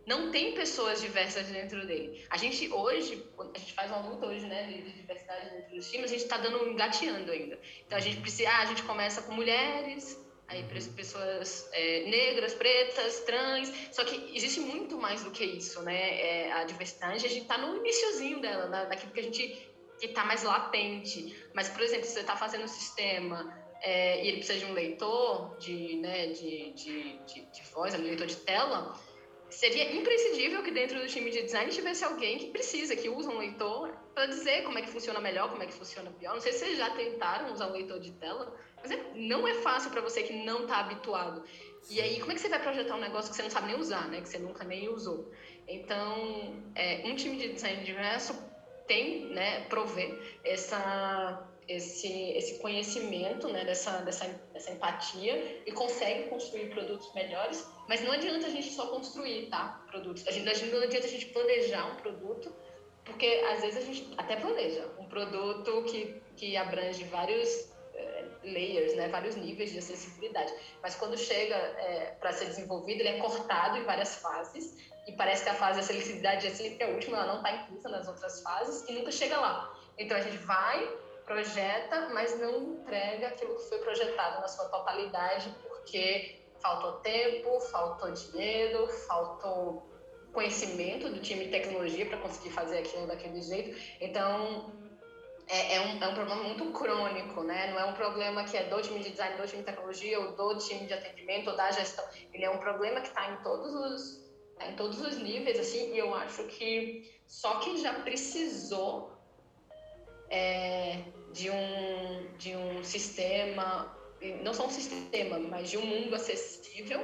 não tem pessoas diversas dentro dele. A gente hoje, a gente faz uma luta hoje, né, de diversidade dentro dos times, a gente está dando engateando ainda. Então a gente precisa, ah, a gente começa com mulheres, aí pessoas é, negras, pretas, trans, só que existe muito mais do que isso, né? É, a diversidade, a gente está no iniciozinho dela, da, daquilo que a gente que está mais latente. Mas, por exemplo, se você está fazendo um sistema é, e ele precisa de um leitor de, né, de, de, de, de voz, um leitor de tela, seria imprescindível que dentro do time de design tivesse alguém que precisa, que usa um leitor para dizer como é que funciona melhor, como é que funciona pior. Não sei se vocês já tentaram usar um leitor de tela, mas é, não é fácil para você que não está habituado. E aí, como é que você vai projetar um negócio que você não sabe nem usar, né? Que você nunca nem usou? Então, é, um time de design diverso tem, né, prover essa, esse, esse conhecimento, né, dessa, dessa, dessa empatia e consegue construir produtos melhores, mas não adianta a gente só construir, tá, produtos. A gente, a gente, não adianta a gente planejar um produto, porque às vezes a gente até planeja um produto que, que abrange vários é, layers, né, vários níveis de acessibilidade, mas quando chega é, para ser desenvolvido, ele é cortado em várias fases. E parece que a fase da acessibilidade é assim, porque a última ela não está inclusa nas outras fases e nunca chega lá. Então a gente vai, projeta, mas não entrega aquilo que foi projetado na sua totalidade, porque faltou tempo, faltou dinheiro, faltou conhecimento do time de tecnologia para conseguir fazer aquilo daquele jeito. Então é, é, um, é um problema muito crônico, né? Não é um problema que é do time de design, do time de tecnologia, ou do time de atendimento, ou da gestão. Ele é um problema que está em todos os em todos os níveis, assim, e eu acho que só quem já precisou é, de, um, de um sistema, não só um sistema, mas de um mundo acessível,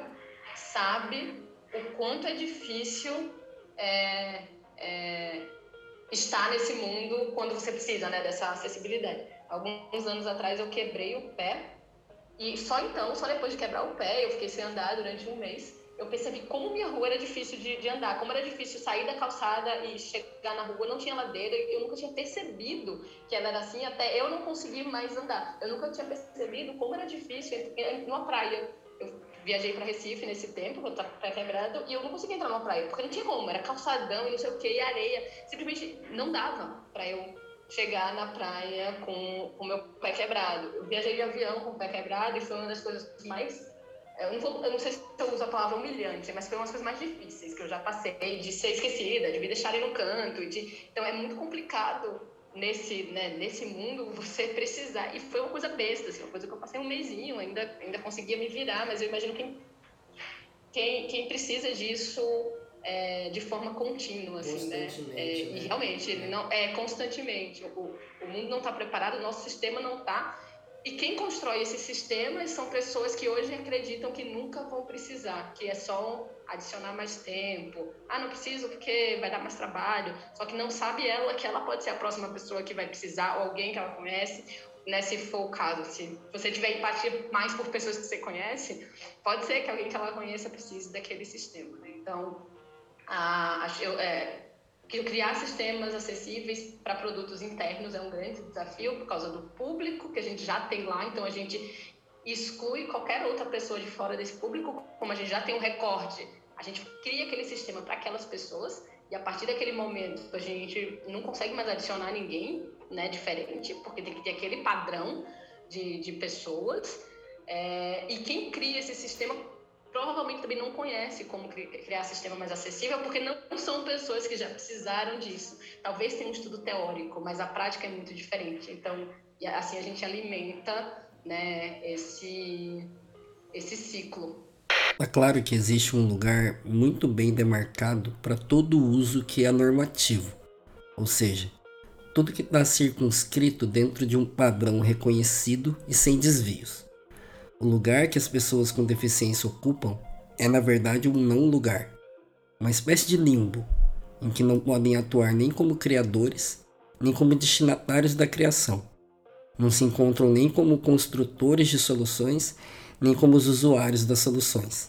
sabe o quanto é difícil é, é, estar nesse mundo quando você precisa, né, dessa acessibilidade. Alguns anos atrás eu quebrei o pé, e só então, só depois de quebrar o pé, eu fiquei sem andar durante um mês, eu percebi como minha rua era difícil de, de andar, como era difícil sair da calçada e chegar na rua, não tinha ladeira, eu nunca tinha percebido que ela era assim, até eu não conseguir mais andar. Eu nunca tinha percebido como era difícil numa praia. Eu viajei para Recife nesse tempo, quando estava pé quebrado, e eu não conseguia entrar numa praia, porque não tinha como, era calçadão e não sei o que, e areia, simplesmente não dava para eu chegar na praia com o meu pé quebrado. Eu viajei de avião com o pé quebrado e foi uma das coisas mais... Eu não, vou, eu não sei se eu uso a palavra humilhante, mas foi uma das coisas mais difíceis que eu já passei, de ser esquecida, de me deixarem no canto. De... Então é muito complicado nesse, né, nesse mundo você precisar. E foi uma coisa besta, assim, uma coisa que eu passei um mesinho, ainda, ainda conseguia me virar, mas eu imagino quem, quem, quem precisa disso é, de forma contínua. Assim, né? É, e realmente, ele não, é constantemente. O, o mundo não está preparado, o nosso sistema não está. E quem constrói esses sistemas são pessoas que hoje acreditam que nunca vão precisar, que é só adicionar mais tempo. Ah, não preciso porque vai dar mais trabalho. Só que não sabe ela que ela pode ser a próxima pessoa que vai precisar, ou alguém que ela conhece, né, se for o caso. Se você tiver empatia mais por pessoas que você conhece, pode ser que alguém que ela conheça precise daquele sistema, né? Então, a, a, eu, é, criar sistemas acessíveis para produtos internos é um grande desafio por causa do público que a gente já tem lá, então a gente exclui qualquer outra pessoa de fora desse público, como a gente já tem um recorte, a gente cria aquele sistema para aquelas pessoas e a partir daquele momento a gente não consegue mais adicionar ninguém, né, diferente, porque tem que ter aquele padrão de, de pessoas, é, e quem cria esse sistema provavelmente também não conhece como criar sistema mais acessível, porque não são pessoas que já precisaram disso. Talvez tenha um estudo teórico, mas a prática é muito diferente. Então, assim a gente alimenta, né, esse, esse ciclo. É claro que existe um lugar muito bem demarcado para todo uso que é normativo, ou seja, tudo que está circunscrito dentro de um padrão reconhecido e sem desvios. O lugar que as pessoas com deficiência ocupam é, na verdade, um não lugar, uma espécie de limbo, em que não podem atuar nem como criadores, nem como destinatários da criação. Não se encontram nem como construtores de soluções, nem como os usuários das soluções.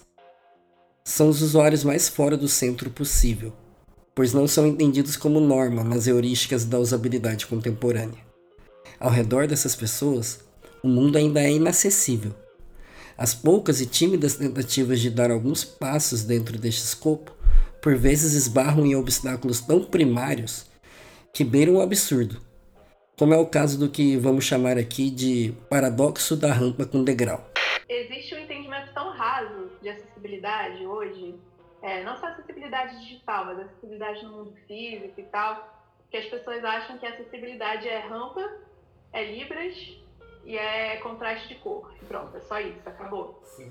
São os usuários mais fora do centro possível, pois não são entendidos como norma nas heurísticas da usabilidade contemporânea. Ao redor dessas pessoas, o mundo ainda é inacessível. As poucas e tímidas tentativas de dar alguns passos dentro deste escopo por vezes esbarram em obstáculos tão primários que beiram o absurdo, como é o caso do que vamos chamar aqui de paradoxo da rampa com degrau. Existe um entendimento tão raso de acessibilidade hoje, é, não só acessibilidade digital, mas acessibilidade no mundo físico e tal, que as pessoas acham que a acessibilidade é rampa, é libras e é contraste de cor. E pronto, é só isso, acabou. Sim.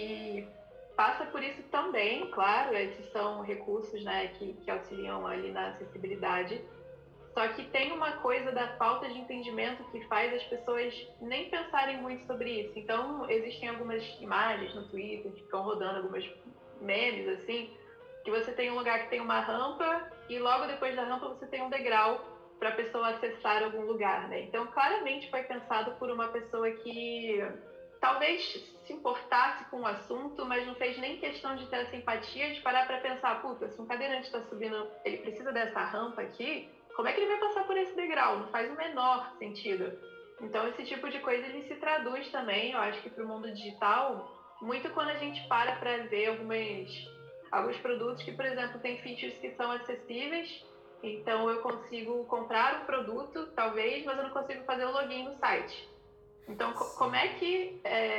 E passa por isso também, claro, esses são recursos, né, que, que auxiliam ali na acessibilidade. Só que tem uma coisa da falta de entendimento que faz as pessoas nem pensarem muito sobre isso. Então, existem algumas imagens no Twitter que ficam rodando, algumas memes, assim, que você tem um lugar que tem uma rampa e logo depois da rampa você tem um degrau para a pessoa acessar algum lugar, né? Então, claramente foi pensado por uma pessoa que talvez se importasse com o assunto, mas não fez nem questão de ter essa empatia de parar para pensar, puta, se um cadeirante está subindo, ele precisa dessa rampa aqui, como é que ele vai passar por esse degrau? Não faz o menor sentido. Então, esse tipo de coisa ele se traduz também, eu acho que para o mundo digital, muito quando a gente para para ver algumas, alguns produtos que, por exemplo, tem features que são acessíveis. Então, eu consigo comprar um produto, talvez, mas eu não consigo fazer o login no site. Então, co- como é que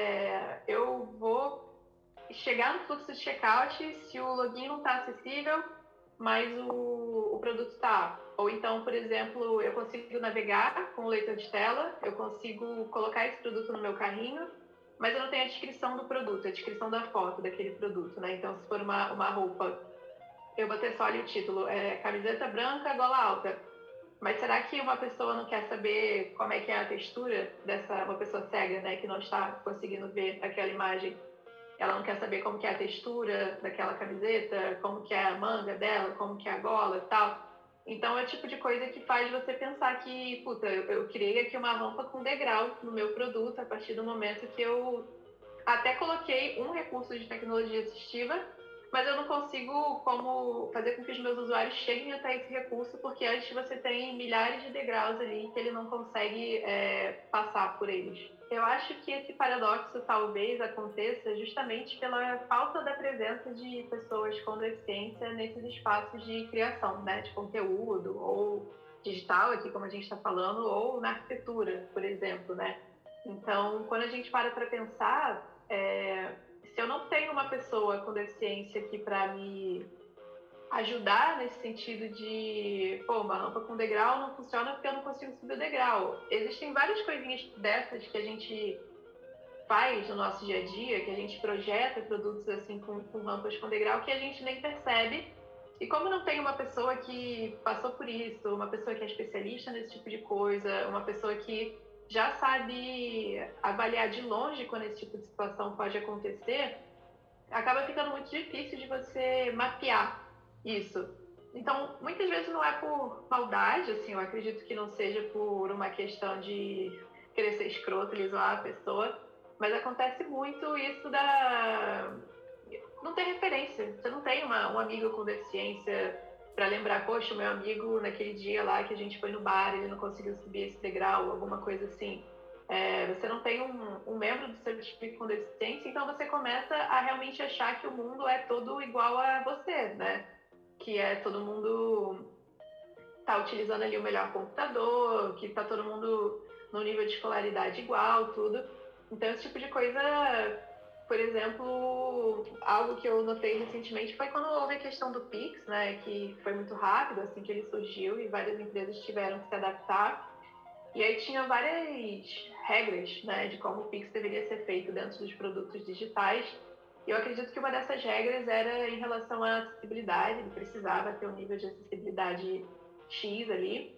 é, eu vou chegar no fluxo de checkout se o login não está acessível, mas o, o produto está? Ou então, por exemplo, eu consigo navegar com o leitor de tela, eu consigo colocar esse produto no meu carrinho, mas eu não tenho a descrição do produto, a descrição da foto daquele produto, né? Então, se for uma, uma roupa, eu vou ter só ali o título, é camiseta branca, gola alta. Mas será que uma pessoa não quer saber como é que é a textura dessa, uma pessoa cega, né, que não está conseguindo ver aquela imagem? Ela não quer saber como que é a textura daquela camiseta, como que é a manga dela, como que é a gola e tal. Então é o tipo de coisa que faz você pensar que, puta, eu, eu criei aqui uma rampa com degrau no meu produto a partir do momento que eu até coloquei um recurso de tecnologia assistiva, mas eu não consigo como fazer com que os meus usuários cheguem até esse recurso, porque antes você tem milhares de degraus ali que ele não consegue é, passar por eles. Eu acho que esse paradoxo talvez aconteça justamente pela falta da presença de pessoas com deficiência nesses espaços de criação, né, de conteúdo, ou digital aqui, como a gente está falando, ou na arquitetura, por exemplo, né? Então, quando a gente para para pensar, é, se eu não tenho uma pessoa com deficiência aqui para me ajudar nesse sentido de, pô, uma rampa com degrau não funciona porque eu não consigo subir o degrau. Existem várias coisinhas dessas que a gente faz no nosso dia a dia, que a gente projeta produtos assim com, com rampas com degrau que a gente nem percebe. E como não tem uma pessoa que passou por isso, uma pessoa que é especialista nesse tipo de coisa, uma pessoa que já sabe avaliar de longe quando esse tipo de situação pode acontecer, acaba ficando muito difícil de você mapear isso. Então, muitas vezes não é por maldade, assim, eu acredito que não seja por uma questão de querer ser escroto e zoar a pessoa, mas acontece muito isso da... não ter referência. Você não tem uma, um amigo com deficiência para lembrar, poxa, o meu amigo naquele dia lá que a gente foi no bar, ele não conseguiu subir esse degrau, alguma coisa assim. É, você não tem um, um membro do seu time com deficiência, então você começa a realmente achar que o mundo é todo igual a você, né? Que é todo mundo tá utilizando ali o melhor computador, que tá todo mundo no nível de escolaridade igual, tudo. Então esse tipo de coisa, por exemplo, algo que eu notei recentemente foi quando houve a questão do Pix, né? Que foi muito rápido assim que ele surgiu e várias empresas tiveram que se adaptar. E aí tinha várias regras, né, de como o Pix deveria ser feito dentro dos produtos digitais. E eu acredito que uma dessas regras era em relação à acessibilidade, ele precisava ter um nível de acessibilidade X ali.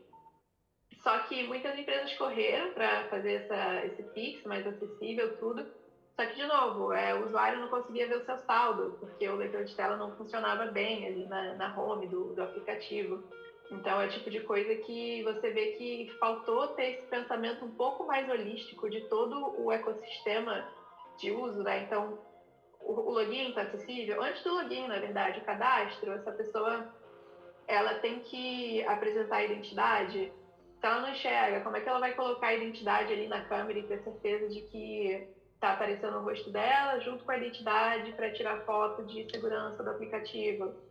Só que muitas empresas correram para fazer essa, esse Pix mais acessível, tudo. Só que, de novo, é, o usuário não conseguia ver o seu saldo, porque o leitor de tela não funcionava bem ali na, na home do, do aplicativo. Então, é o tipo de coisa que você vê que faltou ter esse pensamento um pouco mais holístico de todo o ecossistema de uso, né? Então, o, o login está acessível. Antes do login, na verdade, o cadastro, essa pessoa, ela tem que apresentar a identidade. Se ela não enxerga, como é que ela vai colocar a identidade ali na câmera e ter certeza de que está aparecendo o rosto dela junto com a identidade para tirar foto de segurança do aplicativo?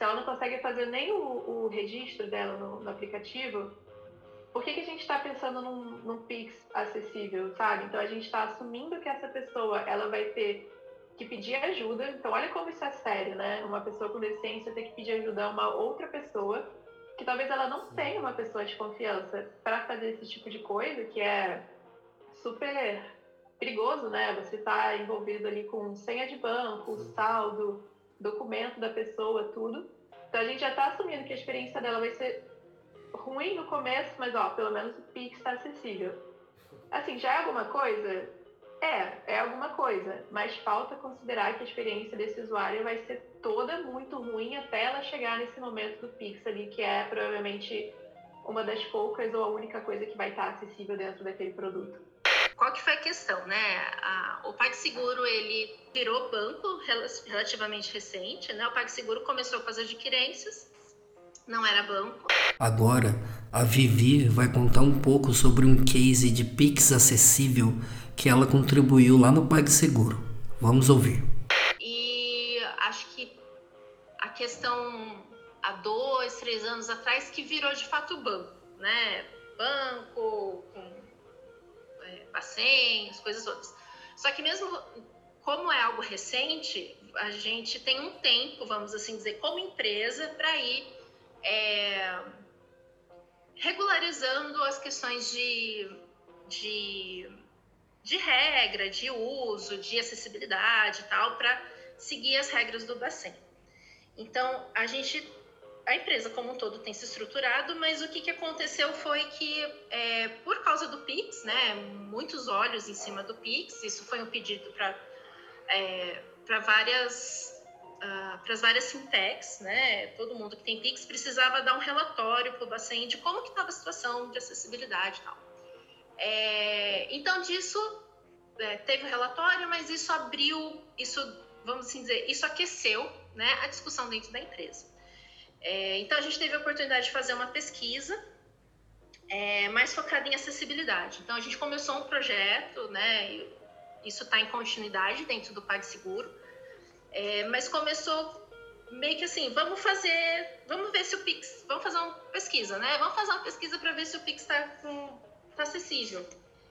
se ela não consegue fazer nem o, o registro dela no, no aplicativo, por que, que a gente está pensando num, num Pix acessível, sabe? Então a gente está assumindo que essa pessoa ela vai ter que pedir ajuda. Então olha como isso é sério, né? Uma pessoa com deficiência ter que pedir ajuda a uma outra pessoa, que talvez ela não tenha uma pessoa de confiança para fazer esse tipo de coisa, que é super perigoso, né? Você está envolvido ali com senha de banco, saldo, documento da pessoa, tudo. Então a gente já está assumindo que a experiência dela vai ser ruim no começo, mas ó, pelo menos o Pix está acessível. Assim, já é alguma coisa? É, é alguma coisa, mas falta considerar que a experiência desse usuário vai ser toda muito ruim até ela chegar nesse momento do Pix ali, que é provavelmente uma das poucas ou a única coisa que vai estar acessível dentro daquele produto. Qual que foi a questão, né? A, o PagSeguro, ele virou banco relativamente recente, né? O PagSeguro começou com as adquirências, não era banco. Agora, a Vivi vai contar um pouco sobre um case de Pix acessível que ela contribuiu lá no PagSeguro. Vamos ouvir. E acho que a questão há dois, três anos atrás que virou de fato banco, né? Banco, com é, Bacen, as coisas outras. Só que mesmo como é algo recente, a gente tem um tempo, vamos assim dizer, como empresa, para ir é, regularizando as questões de, de, de regra, de uso, de acessibilidade e tal, para seguir as regras do Bacen. Então, a gente, a empresa como um todo tem se estruturado, mas o que, que aconteceu foi que, é, por causa do Pix, né, muitos olhos em cima do Pix, isso foi um pedido para é, para várias... Uh, para as várias fintechs, né? Todo mundo que tem Pix precisava dar um relatório para o Bacen de como que estava a situação de acessibilidade e tal. É, então, disso, é, teve o relatório, mas isso abriu, isso, vamos assim dizer, isso aqueceu, né, a discussão dentro da empresa. É, então, a gente teve a oportunidade de fazer uma pesquisa é, mais focada em acessibilidade. Então, a gente começou um projeto, né? Isso está em continuidade dentro do PagSeguro. É, mas começou meio que assim, vamos fazer, vamos ver se o Pix, vamos fazer uma pesquisa, né? Vamos fazer uma pesquisa para ver se o Pix está tá acessível.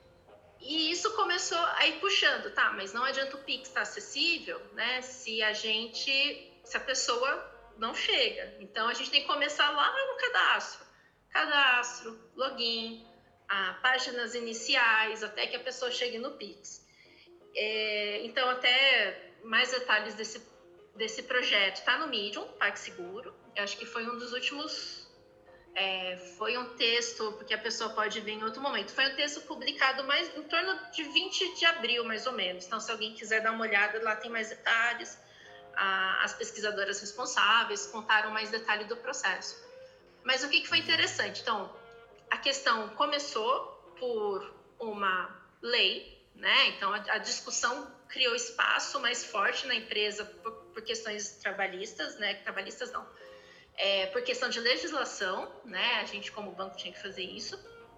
E isso começou a ir puxando, tá? Mas não adianta o Pix estar acessível, né? Se a gente, se a pessoa não chega. Então a gente tem que começar lá no cadastro, cadastro, login, a páginas iniciais, até que a pessoa chegue no Pix. É, então até mais detalhes desse, desse projeto está no Medium, PagSeguro. Eu acho que foi um dos últimos, é, foi um texto, porque a pessoa pode ver em outro momento, foi um texto publicado mais em torno de vinte de abril, mais ou menos. Então, se alguém quiser dar uma olhada, lá tem mais detalhes. Ah, as pesquisadoras responsáveis contaram mais detalhe do processo. Mas o que, que foi interessante? Então, a questão começou por uma lei, né? Então, a, a discussão criou espaço mais forte na empresa por, por questões trabalhistas, né? Trabalhistas não, é, por questão de legislação, né? A gente como banco tinha que fazer isso.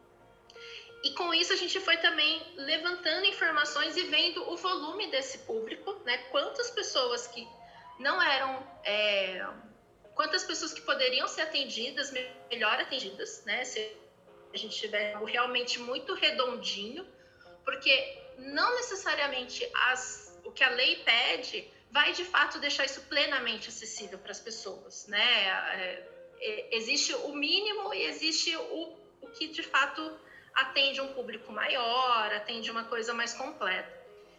E com isso a gente foi também levantando informações e vendo o volume desse público, né? Quantas pessoas que não eram, é, quantas pessoas que poderiam ser atendidas, melhor atendidas, né? Se a gente tiver algo realmente muito redondinho, porque não necessariamente as, o que a lei pede vai, de fato, deixar isso plenamente acessível para as pessoas, né? É, é, existe o mínimo e existe o, o que, de fato, atende um público maior, atende uma coisa mais completa.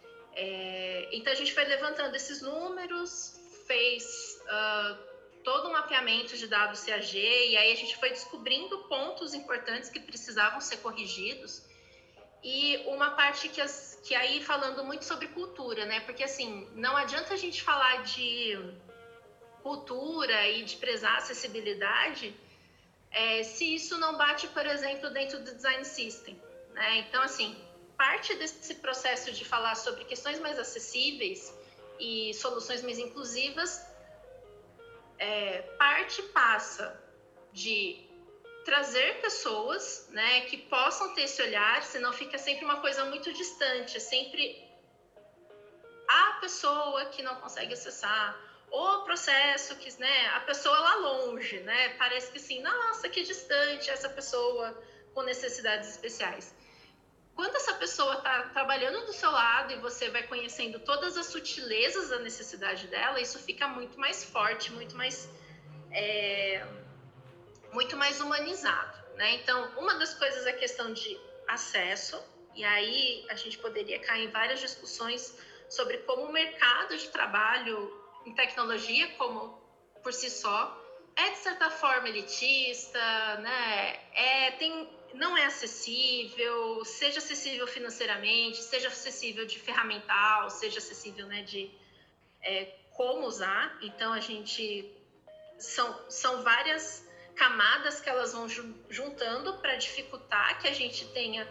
É, então, a gente foi levantando esses números, fez uh, todo um mapeamento de dados C A G, e aí a gente foi descobrindo pontos importantes que precisavam ser corrigidos. E uma parte que, as, que aí falando muito sobre cultura, né? Porque assim, não adianta a gente falar de cultura e de prezar acessibilidade é, se isso não bate, por exemplo, dentro do design system, né? Então, assim, parte desse processo de falar sobre questões mais acessíveis e soluções mais inclusivas, é, parte passa de trazer pessoas, né, que possam ter esse olhar, senão fica sempre uma coisa muito distante, é sempre a pessoa que não consegue acessar, o processo que, né, a pessoa lá longe, né, parece que assim, nossa, que distante essa pessoa com necessidades especiais. Quando essa pessoa está trabalhando do seu lado e você vai conhecendo todas as sutilezas da necessidade dela, isso fica muito mais forte, muito mais, é, muito mais humanizado, né? Então, uma das coisas é a questão de acesso, e aí a gente poderia cair em várias discussões sobre como o mercado de trabalho em tecnologia, como por si só, é de certa forma elitista, né? É, tem, não é acessível, seja acessível financeiramente, seja acessível de ferramental, seja acessível, né, de é, como usar. Então a gente são, são várias camadas que elas vão juntando para dificultar que a gente tenha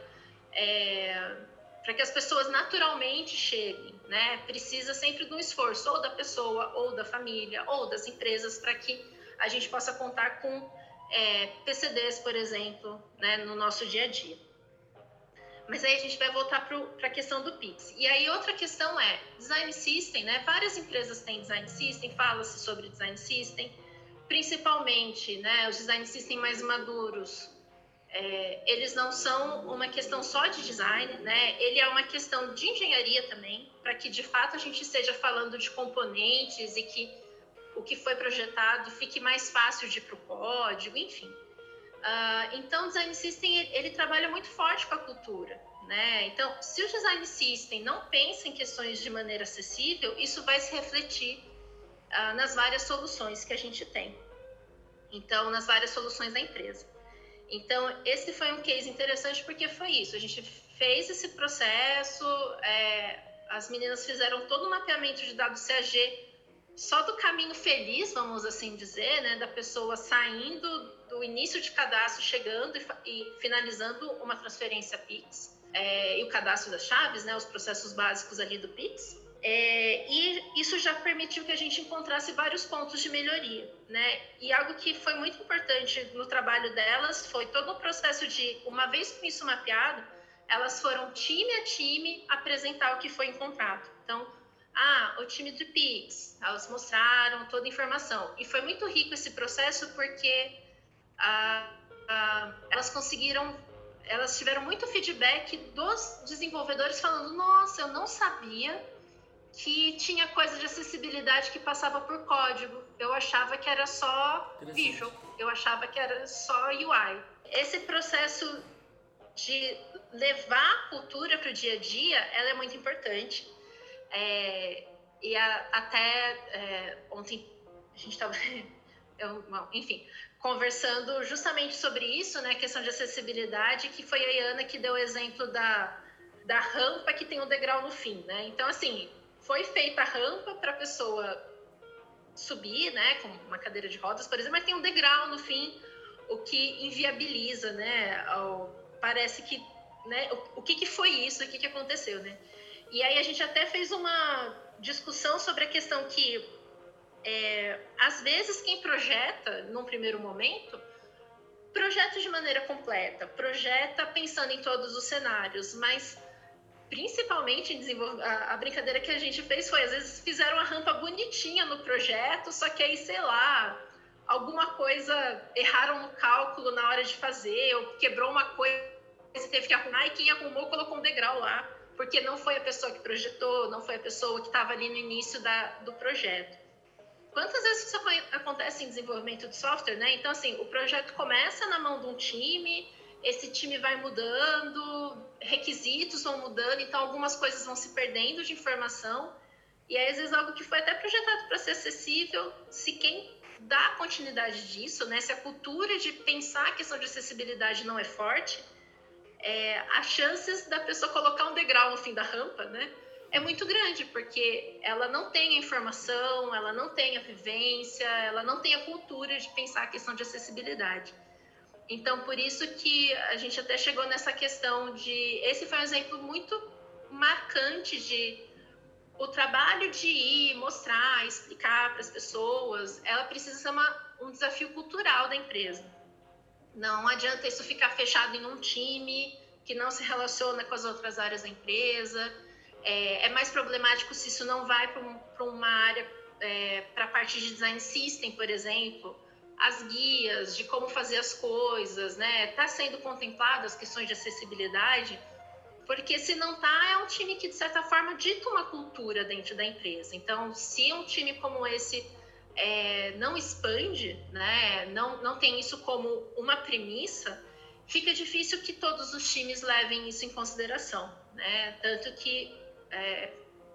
é, para que as pessoas naturalmente cheguem, né? Precisa sempre de um esforço, ou da pessoa, ou da família, ou das empresas, para que a gente possa contar com é, P C Ds, por exemplo, né, no nosso dia a dia. Mas aí a gente vai voltar para a questão do Pix. E aí outra questão é Design System, né? Várias empresas têm Design System, fala-se sobre Design System, principalmente, né, os Design System mais maduros. É, eles não são uma questão só de design, né? Ele é uma questão de engenharia também, para que de fato a gente esteja falando de componentes e que o que foi projetado fique mais fácil de ir para o código, enfim. Uh, então, o Design System, ele, ele trabalha muito forte com a cultura, né? Então, se o Design System não pensa em questões de maneira acessível, isso vai se refletir uh, nas várias soluções que a gente tem. Então, nas várias soluções da empresa. Então, esse foi um case interessante porque foi isso. A gente fez esse processo, é, as meninas fizeram todo o mapeamento de dados C A G só do caminho feliz, vamos assim dizer, né, da pessoa saindo do início de cadastro, chegando e, e finalizando uma transferência Pix, é, e o cadastro das chaves, né, os processos básicos ali do Pix. É, e isso já permitiu que a gente encontrasse vários pontos de melhoria, né? E algo que foi muito importante no trabalho delas foi todo o processo de, uma vez com isso mapeado, elas foram time a time apresentar o que foi encontrado. Então, ah, o time do Pix, elas mostraram toda a informação. E foi muito rico esse processo porque ah, ah, elas conseguiram, elas tiveram muito feedback dos desenvolvedores falando, nossa, eu não sabia que tinha coisa de acessibilidade que passava por código. Eu achava que era só visual, eu achava que era só U I. Esse processo de levar a cultura para o dia a dia, ela é muito importante. É, e a, até é, ontem a gente estava, enfim, conversando justamente sobre isso, né, questão de acessibilidade, que foi a Iana que deu o exemplo da, da rampa que tem um degrau no fim, né? Então, assim, foi feita a rampa para a pessoa subir, né, com uma cadeira de rodas, por exemplo, mas tem um degrau no fim, o que inviabiliza, né, ao, parece que, né, o, o que, que foi isso, o que, que aconteceu, né? E aí a gente até fez uma discussão sobre a questão que, é, às vezes, quem projeta, num primeiro momento, projeta de maneira completa, projeta pensando em todos os cenários, mas principalmente em desenvolver, a, a brincadeira que a gente fez foi, às vezes fizeram uma rampa bonitinha no projeto, só que aí, sei lá, alguma coisa erraram no cálculo na hora de fazer, ou quebrou uma coisa, teve que arrumar, e quem arrumou colocou um degrau lá, porque não foi a pessoa que projetou, não foi a pessoa que estava ali no início da, do projeto. Quantas vezes isso acontece em desenvolvimento de software, né? Então, assim, o projeto começa na mão de um time, esse time vai mudando, requisitos vão mudando, então algumas coisas vão se perdendo de informação, e aí, às vezes, algo que foi até projetado para ser acessível, se quem dá continuidade disso, né, se a cultura de pensar a questão de acessibilidade não é forte, é, as chances da pessoa colocar um degrau no fim da rampa, né, é muito grande, porque ela não tem a informação, ela não tem a vivência, ela não tem a cultura de pensar a questão de acessibilidade. Então, por isso que a gente até chegou nessa questão de... Esse foi um exemplo muito marcante de o trabalho de ir, mostrar, explicar para as pessoas, ela precisa ser uma, um desafio cultural da empresa. Não adianta isso ficar fechado em um time que não se relaciona com as outras áreas da empresa. É, é mais problemático se isso não vai para um, para uma área é, para a parte de design system, por exemplo, as guias de como fazer as coisas, né? Tá sendo contemplado as questões de acessibilidade, porque se não tá, é um time que, de certa forma, dita uma cultura dentro da empresa. Então, se um time como esse é, não expande, né? Não, não tem isso como uma premissa, fica difícil que todos os times levem isso em consideração, né? Tanto que é,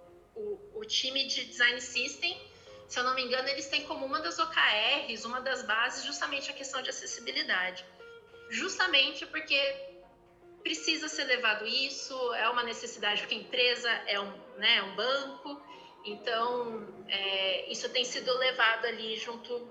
o, o time de design system, se eu não me engano, eles têm como uma das O K Rs, uma das bases, justamente a questão de acessibilidade. Justamente porque precisa ser levado isso, é uma necessidade, porque a empresa é um, né, um banco, então é, isso tem sido levado ali junto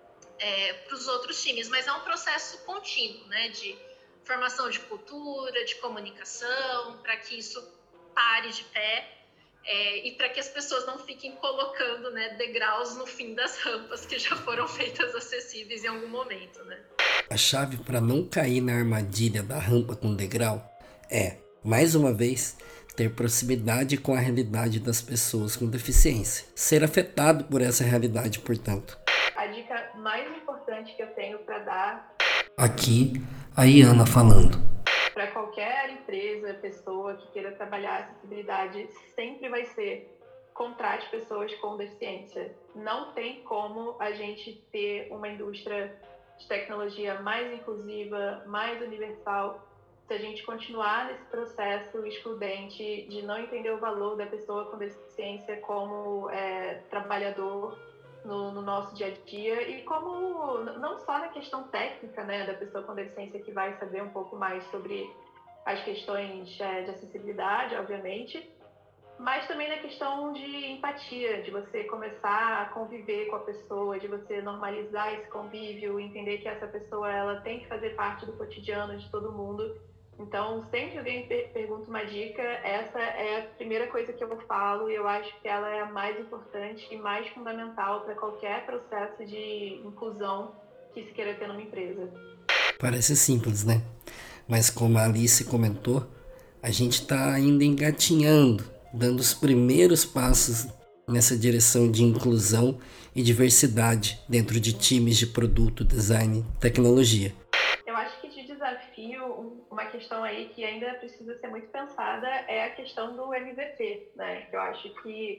é, para os outros times, mas é um processo contínuo, né, de formação de cultura, de comunicação, para que isso pare de pé. É, e para que as pessoas não fiquem colocando, né, degraus no fim das rampas que já foram feitas acessíveis em algum momento, né? A chave para não cair na armadilha da rampa com degrau é, mais uma vez, ter proximidade com a realidade das pessoas com deficiência. Ser afetado por essa realidade, portanto. A dica mais importante que eu tenho para dar... Aqui, a Iana falando. Para qualquer empresa, pessoa que queira trabalhar acessibilidade, sempre vai ser contrate pessoas com deficiência. Não tem como a gente ter uma indústria de tecnologia mais inclusiva, mais universal, se a gente continuar nesse processo excludente de não entender o valor da pessoa com deficiência como é, trabalhador no, no nosso dia a dia e como, não só na questão técnica, né, da pessoa com deficiência que vai saber um pouco mais sobre as questões é, de acessibilidade, obviamente, mas também na questão de empatia, de você começar a conviver com a pessoa, de você normalizar esse convívio, entender que essa pessoa ela tem que fazer parte do cotidiano de todo mundo. Então, sempre que alguém per- pergunta uma dica, essa é a primeira coisa que eu falo e eu acho que ela é a mais importante e mais fundamental para qualquer processo de inclusão que se queira ter numa empresa. Parece simples, né? Mas como a Alice comentou, a gente está ainda engatinhando, dando os primeiros passos nessa direção de inclusão e diversidade dentro de times de produto, design e tecnologia. Eu acho que de desafio, uma questão aí que ainda precisa ser muito pensada é a questão do M V P, né? Que eu acho que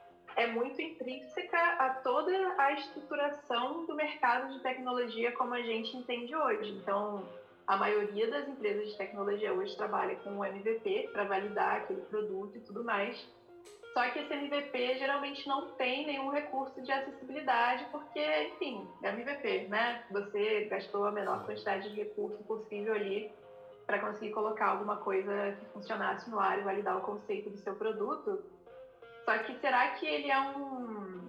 é muito intrínseca a toda a estruturação do mercado de tecnologia como a gente entende hoje. Então, a maioria das empresas de tecnologia hoje trabalha com o M V P para validar aquele produto e tudo mais. Só que esse M V P geralmente não tem nenhum recurso de acessibilidade, porque, enfim, é M V P, né? Você gastou a menor quantidade de recurso possível ali para conseguir colocar alguma coisa que funcionasse no ar e validar o conceito do seu produto. Só que será que ele é um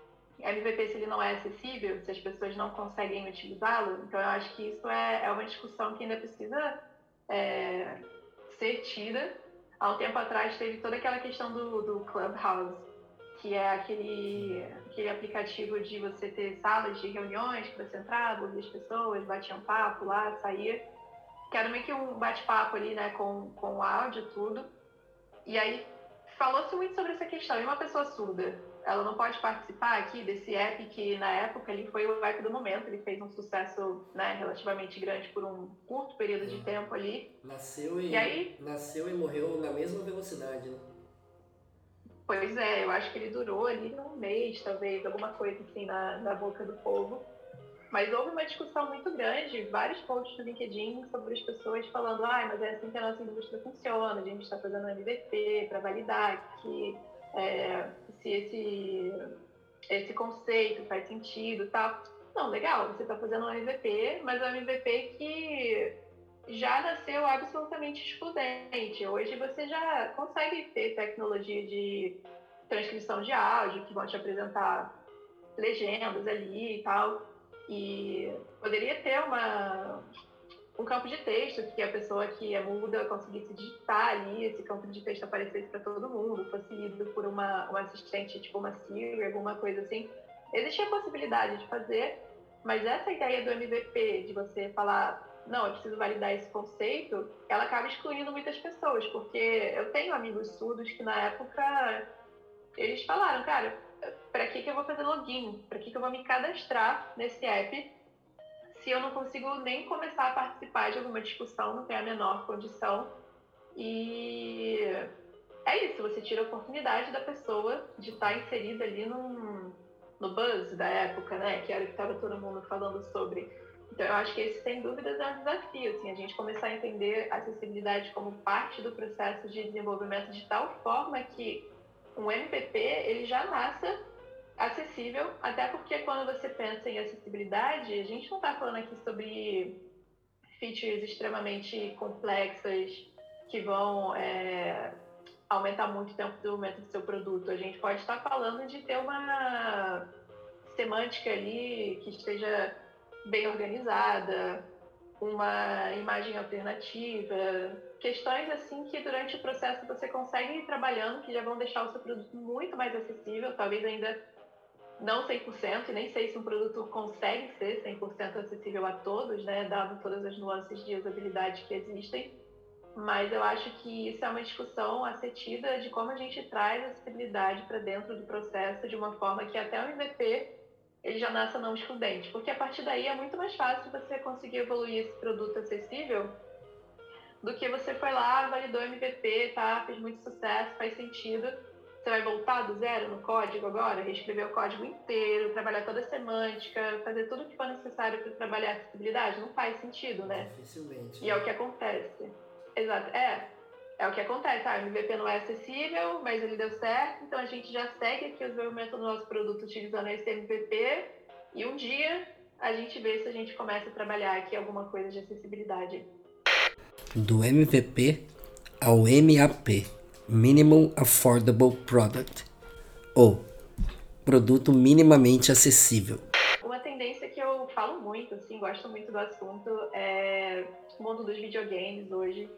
M V P se ele não é acessível, se as pessoas não conseguem utilizá-lo? Então eu acho que isso é, é uma discussão que ainda precisa é, ser tida. Há um tempo atrás teve toda aquela questão do, do Clubhouse, que é aquele, aquele aplicativo de você ter salas de reuniões que você entrava, ouvia as pessoas, batia um papo lá, saía. Que era meio que um bate-papo ali, né, com, com áudio e tudo. E aí falou-se muito sobre essa questão. E uma pessoa surda, ela não pode participar aqui desse app que, na época, ele foi o app do momento. Ele fez um sucesso, né, relativamente grande por um curto período de tempo ali. Nasceu e, e aí, nasceu e morreu na mesma velocidade, né? Pois é, eu acho que ele durou ali um mês, talvez, alguma coisa assim na, na boca do povo. Mas houve uma discussão muito grande, vários posts no LinkedIn sobre as pessoas falando ah, mas é assim que a nossa indústria funciona, a gente está fazendo um M V P para validar que é, se esse, esse conceito faz sentido e tal. Não, legal, você está fazendo um M V P, mas é um M V P que já nasceu absolutamente excludente. Hoje você já consegue ter tecnologia de transcrição de áudio que vão te apresentar legendas ali e tal. E poderia ter uma, um campo de texto que a pessoa que é muda conseguisse digitar ali, esse campo de texto aparecesse para todo mundo, fosse lido por uma, uma assistente, tipo uma Siri, alguma coisa assim. Existe a possibilidade de fazer, mas essa ideia do M V P, de você falar, não, eu preciso validar esse conceito, ela acaba excluindo muitas pessoas, porque eu tenho amigos surdos que na época eles falaram, cara, para que, que eu vou fazer login? Para que, que eu vou me cadastrar nesse app se eu não consigo nem começar a participar de alguma discussão, não tenho a menor condição? E é isso, você tira a oportunidade da pessoa de estar inserida ali num, no buzz da época, né? Que era o que estava todo mundo falando sobre. Então, eu acho que esse, sem dúvidas, é um desafio, assim, a gente começar a entender a acessibilidade como parte do processo de desenvolvimento de tal forma que um M V P, ele já nasça acessível, até porque quando você pensa em acessibilidade, a gente não está falando aqui sobre features extremamente complexas que vão é, aumentar muito o tempo de desenvolvimento do seu produto. A gente pode estar falando de ter uma semântica ali que esteja bem organizada, uma imagem alternativa, questões assim que durante o processo você consegue ir trabalhando, que já vão deixar o seu produto muito mais acessível, talvez ainda não cem por cento, e nem sei se um produto consegue ser cem por cento acessível a todos, né, dado todas as nuances de usabilidade que existem, mas eu acho que isso é uma discussão a ser tida de como a gente traz acessibilidade para dentro do processo de uma forma que até o M V P ele já nasça não excludente, porque a partir daí é muito mais fácil você conseguir evoluir esse produto acessível do que você foi lá, validou o M V P, tá, fez muito sucesso, faz sentido. Você vai voltar do zero no código agora, reescrever o código inteiro, trabalhar toda a semântica, fazer tudo o que for necessário para trabalhar a acessibilidade? Não faz sentido, né? Dificilmente. E é o que acontece. Exato. É, é o que acontece. Ah, o M V P não é acessível, mas ele deu certo, então a gente já segue aqui o desenvolvimento do nosso produto utilizando esse M V P e um dia a gente vê se a gente começa a trabalhar aqui alguma coisa de acessibilidade. Do M V P ao M A P, Minimum Affordable Product, ou produto minimamente acessível. Uma tendência que eu falo muito, assim, gosto muito do assunto, é o mundo dos videogames hoje.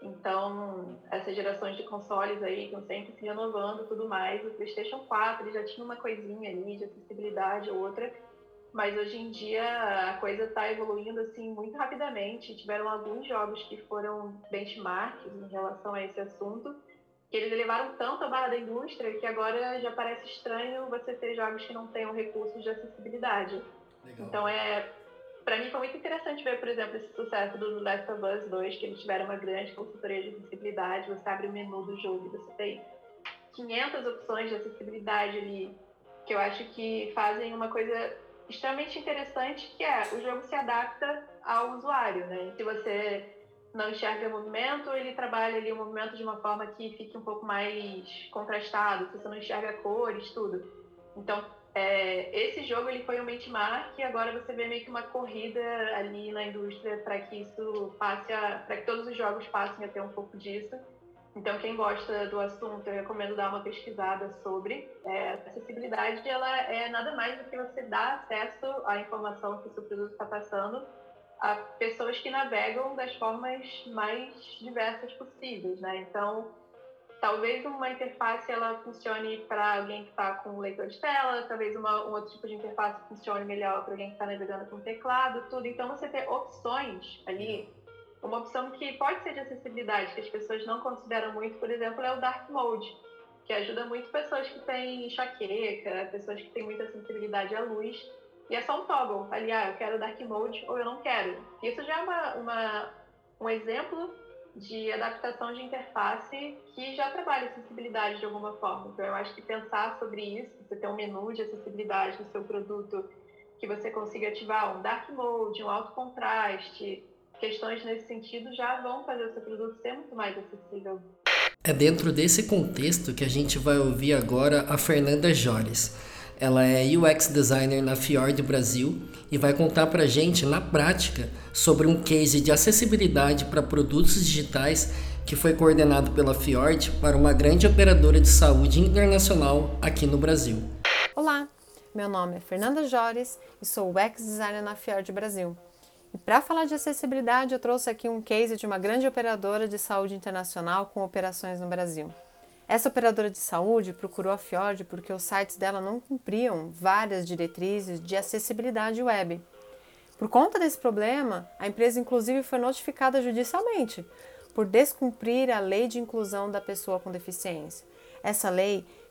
Então, essas gerações de consoles aí estão sempre se renovando e tudo mais. O PlayStation quatro já tinha uma coisinha ali de acessibilidade ou outra, mas hoje em dia a coisa está evoluindo assim muito rapidamente. Tiveram alguns jogos que foram benchmarks em relação a esse assunto, que eles elevaram tanto a barra da indústria que agora já parece estranho você ter jogos que não tenham recursos de acessibilidade. Legal. Então, é, para mim foi muito interessante ver, por exemplo, esse sucesso do Last of Us dois, que eles tiveram uma grande consultoria de acessibilidade. Você abre o menu do jogo e você tem quinhentas opções de acessibilidade ali, que eu acho que fazem uma coisa extremamente interessante, que é o jogo se adapta ao usuário, né? Se você não enxerga o movimento, ele trabalha ali o movimento de uma forma que fique um pouco mais contrastado, se você não enxerga cores, tudo. Então, é, esse jogo ele foi um benchmark e agora você vê meio que uma corrida ali na indústria para que isso passe a, para que todos os jogos passem a ter um pouco disso. Então, quem gosta do assunto, eu recomendo dar uma pesquisada sobre. É, acessibilidade, ela é nada mais do que você dar acesso à informação que o seu produto está passando a pessoas que navegam das formas mais diversas possíveis, né? Então, talvez uma interface ela funcione para alguém que está com leitor de tela, talvez uma, um outro tipo de interface funcione melhor para alguém que está navegando com teclado, tudo. Então, você ter opções ali, uma opção que pode ser de acessibilidade, que as pessoas não consideram muito, por exemplo, é o Dark Mode, que ajuda muito pessoas que têm enxaqueca, pessoas que têm muita sensibilidade à luz. E é só um toggle, ali, ah, eu quero Dark Mode ou eu não quero. Isso já é uma, uma, um exemplo de adaptação de interface que já trabalha acessibilidade de alguma forma. Então, eu acho que pensar sobre isso, você ter um menu de acessibilidade no seu produto, que você consiga ativar um Dark Mode, um alto contraste, questões nesse sentido já vão fazer o seu produto ser muito mais acessível. É dentro desse contexto que a gente vai ouvir agora a Fernanda Jores. Ela é U X Designer na Fjord Brasil e vai contar pra gente, na prática, sobre um case de acessibilidade para produtos digitais que foi coordenado pela Fjord para uma grande operadora de saúde internacional aqui no Brasil. Olá, meu nome é Fernanda Jores e sou U X Designer na Fjord Brasil. E para falar de acessibilidade, eu trouxe aqui um case de uma grande operadora de saúde internacional com operações no Brasil. Essa operadora de saúde procurou a Fjord porque os sites dela não cumpriam várias diretrizes de acessibilidade web. Por conta desse problema, a empresa inclusive foi notificada judicialmente por descumprir a Lei de Inclusão da Pessoa com Deficiência. Essa lei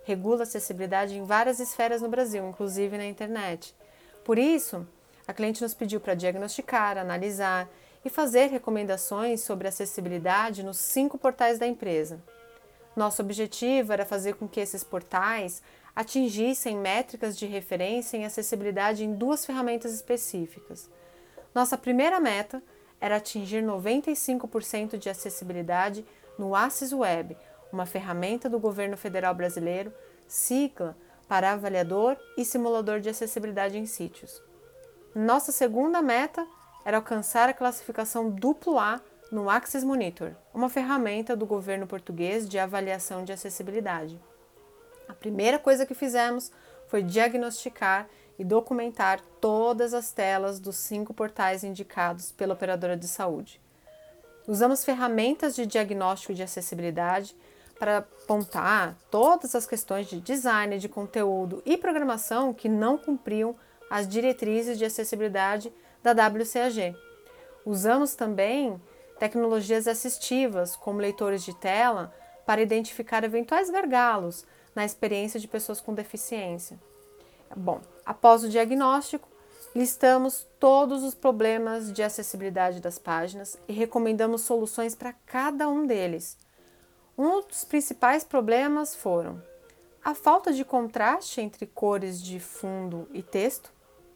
regula a acessibilidade em várias esferas no Brasil, inclusive na internet. Por isso, a cliente nos pediu para diagnosticar, analisar e fazer recomendações sobre acessibilidade nos cinco portais da empresa. Nosso objetivo era fazer com que esses portais atingissem métricas de referência em acessibilidade em duas ferramentas específicas. Nossa primeira meta era atingir noventa e cinco por cento de acessibilidade no Assis Web, uma ferramenta do governo federal brasileiro, sigla para avaliador e simulador de acessibilidade em sítios. Nossa segunda meta era alcançar a classificação duplo A no Access Monitor, uma ferramenta do governo português de avaliação de acessibilidade. A primeira coisa que fizemos foi diagnosticar e documentar todas as telas dos cinco portais indicados pela operadora de saúde. Usamos ferramentas de diagnóstico de acessibilidade para apontar todas as questões de design, de conteúdo e programação que não cumpriam as diretrizes de acessibilidade da W C A G. Usamos também tecnologias assistivas, como leitores de tela, para identificar eventuais gargalos na experiência de pessoas com deficiência. Bom, após o diagnóstico, listamos todos os problemas de acessibilidade das páginas e recomendamos soluções para cada um deles. Um dos principais problemas foram a falta de contraste entre cores de fundo e texto,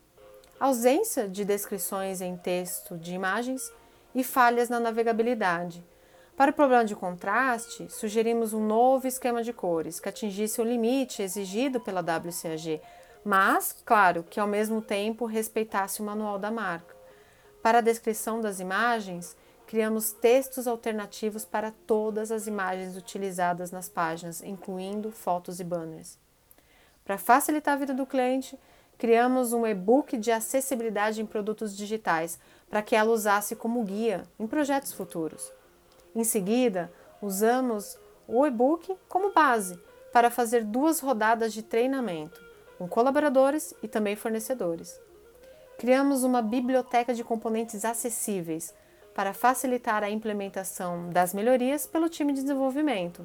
a ausência de descrições em texto de imagens e falhas na navegabilidade. Para o problema de contraste, sugerimos um novo esquema de cores que atingisse o limite exigido pela W C A G, mas, claro, que ao mesmo tempo respeitasse o manual da marca. Para a descrição das imagens, criamos textos alternativos para todas as imagens utilizadas nas páginas, incluindo fotos e banners. Para facilitar a vida do cliente, criamos um e-book de acessibilidade em produtos digitais, para que ela usasse como guia em projetos futuros. Em seguida, usamos o e-book como base para fazer duas rodadas de treinamento, com colaboradores e também fornecedores. Criamos uma biblioteca de componentes acessíveis para facilitar a implementação das melhorias pelo time de desenvolvimento.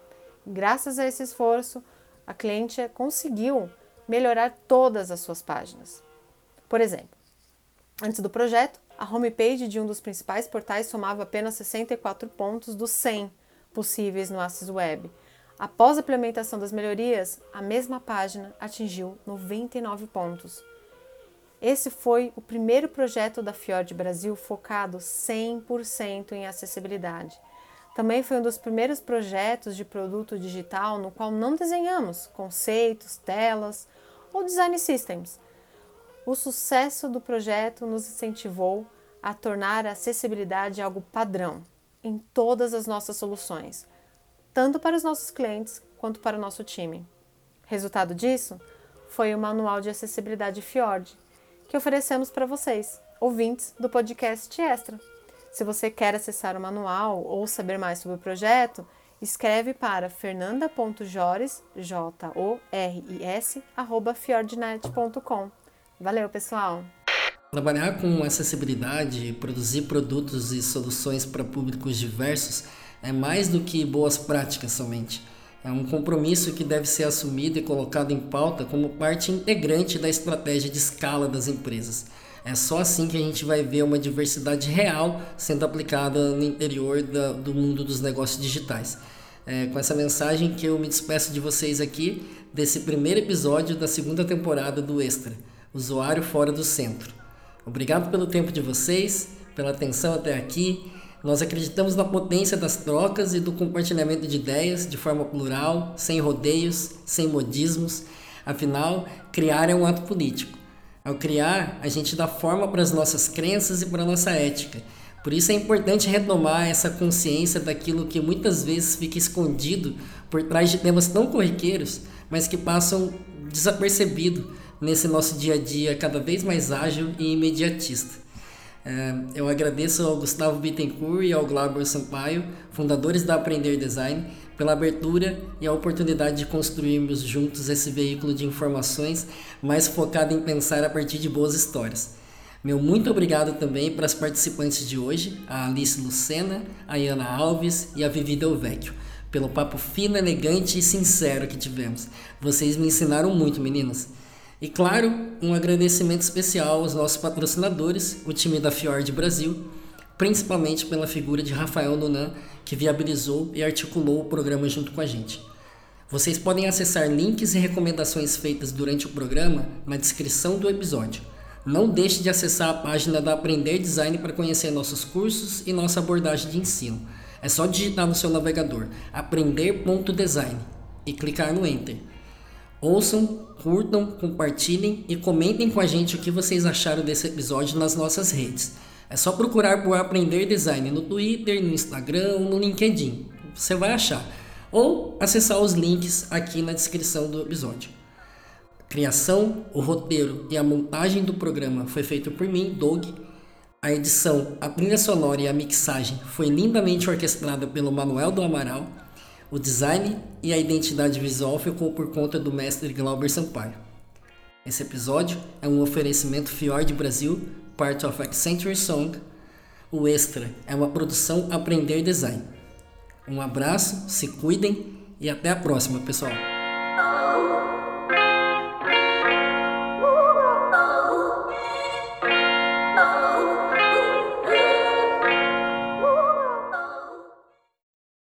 Graças a esse esforço, a cliente conseguiu melhorar todas as suas páginas. Por exemplo, antes do projeto, a homepage de um dos principais portais somava apenas sessenta e quatro pontos dos cem possíveis no Assis Web. Após a implementação das melhorias, a mesma página atingiu noventa e nove pontos. Esse foi o primeiro projeto da Fjord Brasil focado cem por cento em acessibilidade. Também foi um dos primeiros projetos de produto digital no qual não desenhamos conceitos, telas ou design systems. O sucesso do projeto nos incentivou a tornar a acessibilidade algo padrão em todas as nossas soluções, tanto para os nossos clientes quanto para o nosso time. Resultado disso foi o Manual de Acessibilidade Fjord, que oferecemos para vocês, ouvintes do podcast Extra. Se você quer acessar o manual ou saber mais sobre o projeto, escreve para fernanda ponto jores, J O R I S, arroba fjordnet ponto com. Valeu, pessoal! Trabalhar com acessibilidade, produzir produtos e soluções para públicos diversos é mais do que boas práticas somente. É um compromisso que deve ser assumido e colocado em pauta como parte integrante da estratégia de escala das empresas. É só assim que a gente vai ver uma diversidade real sendo aplicada no interior da, do mundo dos negócios digitais. É com essa mensagem que eu me despeço de vocês aqui, desse primeiro episódio da segunda temporada do Extra, Usuário Fora do Centro. Obrigado pelo tempo de vocês, pela atenção até aqui. Nós acreditamos na potência das trocas e do compartilhamento de ideias de forma plural, sem rodeios, sem modismos. Afinal, criar é um ato político. Ao criar, a gente dá forma para as nossas crenças e para a nossa ética. Por isso é importante retomar essa consciência daquilo que muitas vezes fica escondido por trás de temas tão corriqueiros, mas que passam desapercebido nesse nosso dia a dia cada vez mais ágil e imediatista. Eu agradeço ao Gustavo Bittencourt e ao Glauber Sampaio, fundadores da Aprender Design, pela abertura e a oportunidade de construirmos juntos esse veículo de informações mais focado em pensar a partir de boas histórias. Meu muito obrigado também para as participantes de hoje, a Alice Lucena, a Iana Alves e a Vivi Del Vecchio, pelo papo fino, elegante e sincero que tivemos. Vocês me ensinaram muito, meninas. E claro, um agradecimento especial aos nossos patrocinadores, o time da Fjord Brasil, principalmente pela figura de Rafael Nunan, que viabilizou e articulou o programa junto com a gente. Vocês podem acessar links e recomendações feitas durante o programa na descrição do episódio. Não deixe de acessar a página da Aprender Design para conhecer nossos cursos e nossa abordagem de ensino. É só digitar no seu navegador aprender ponto design e clicar no Enter. Ouçam, curtam, compartilhem e comentem com a gente o que vocês acharam desse episódio nas nossas redes. É só procurar por Aprender Design no Twitter, no Instagram ou no LinkedIn. Você vai achar. Ou acessar os links aqui na descrição do episódio. A criação, o roteiro e a montagem do programa foi feito por mim, Doug. A edição, a trilha sonora e a mixagem foi lindamente orquestrada pelo Manuel do Amaral. O design e a identidade visual ficou por conta do mestre Glauber Sampaio. Esse episódio é um oferecimento Fjord Brasil, Part of Accenture Song. O Extra é uma produção Aprender Design. Um abraço, se cuidem e até a próxima, pessoal!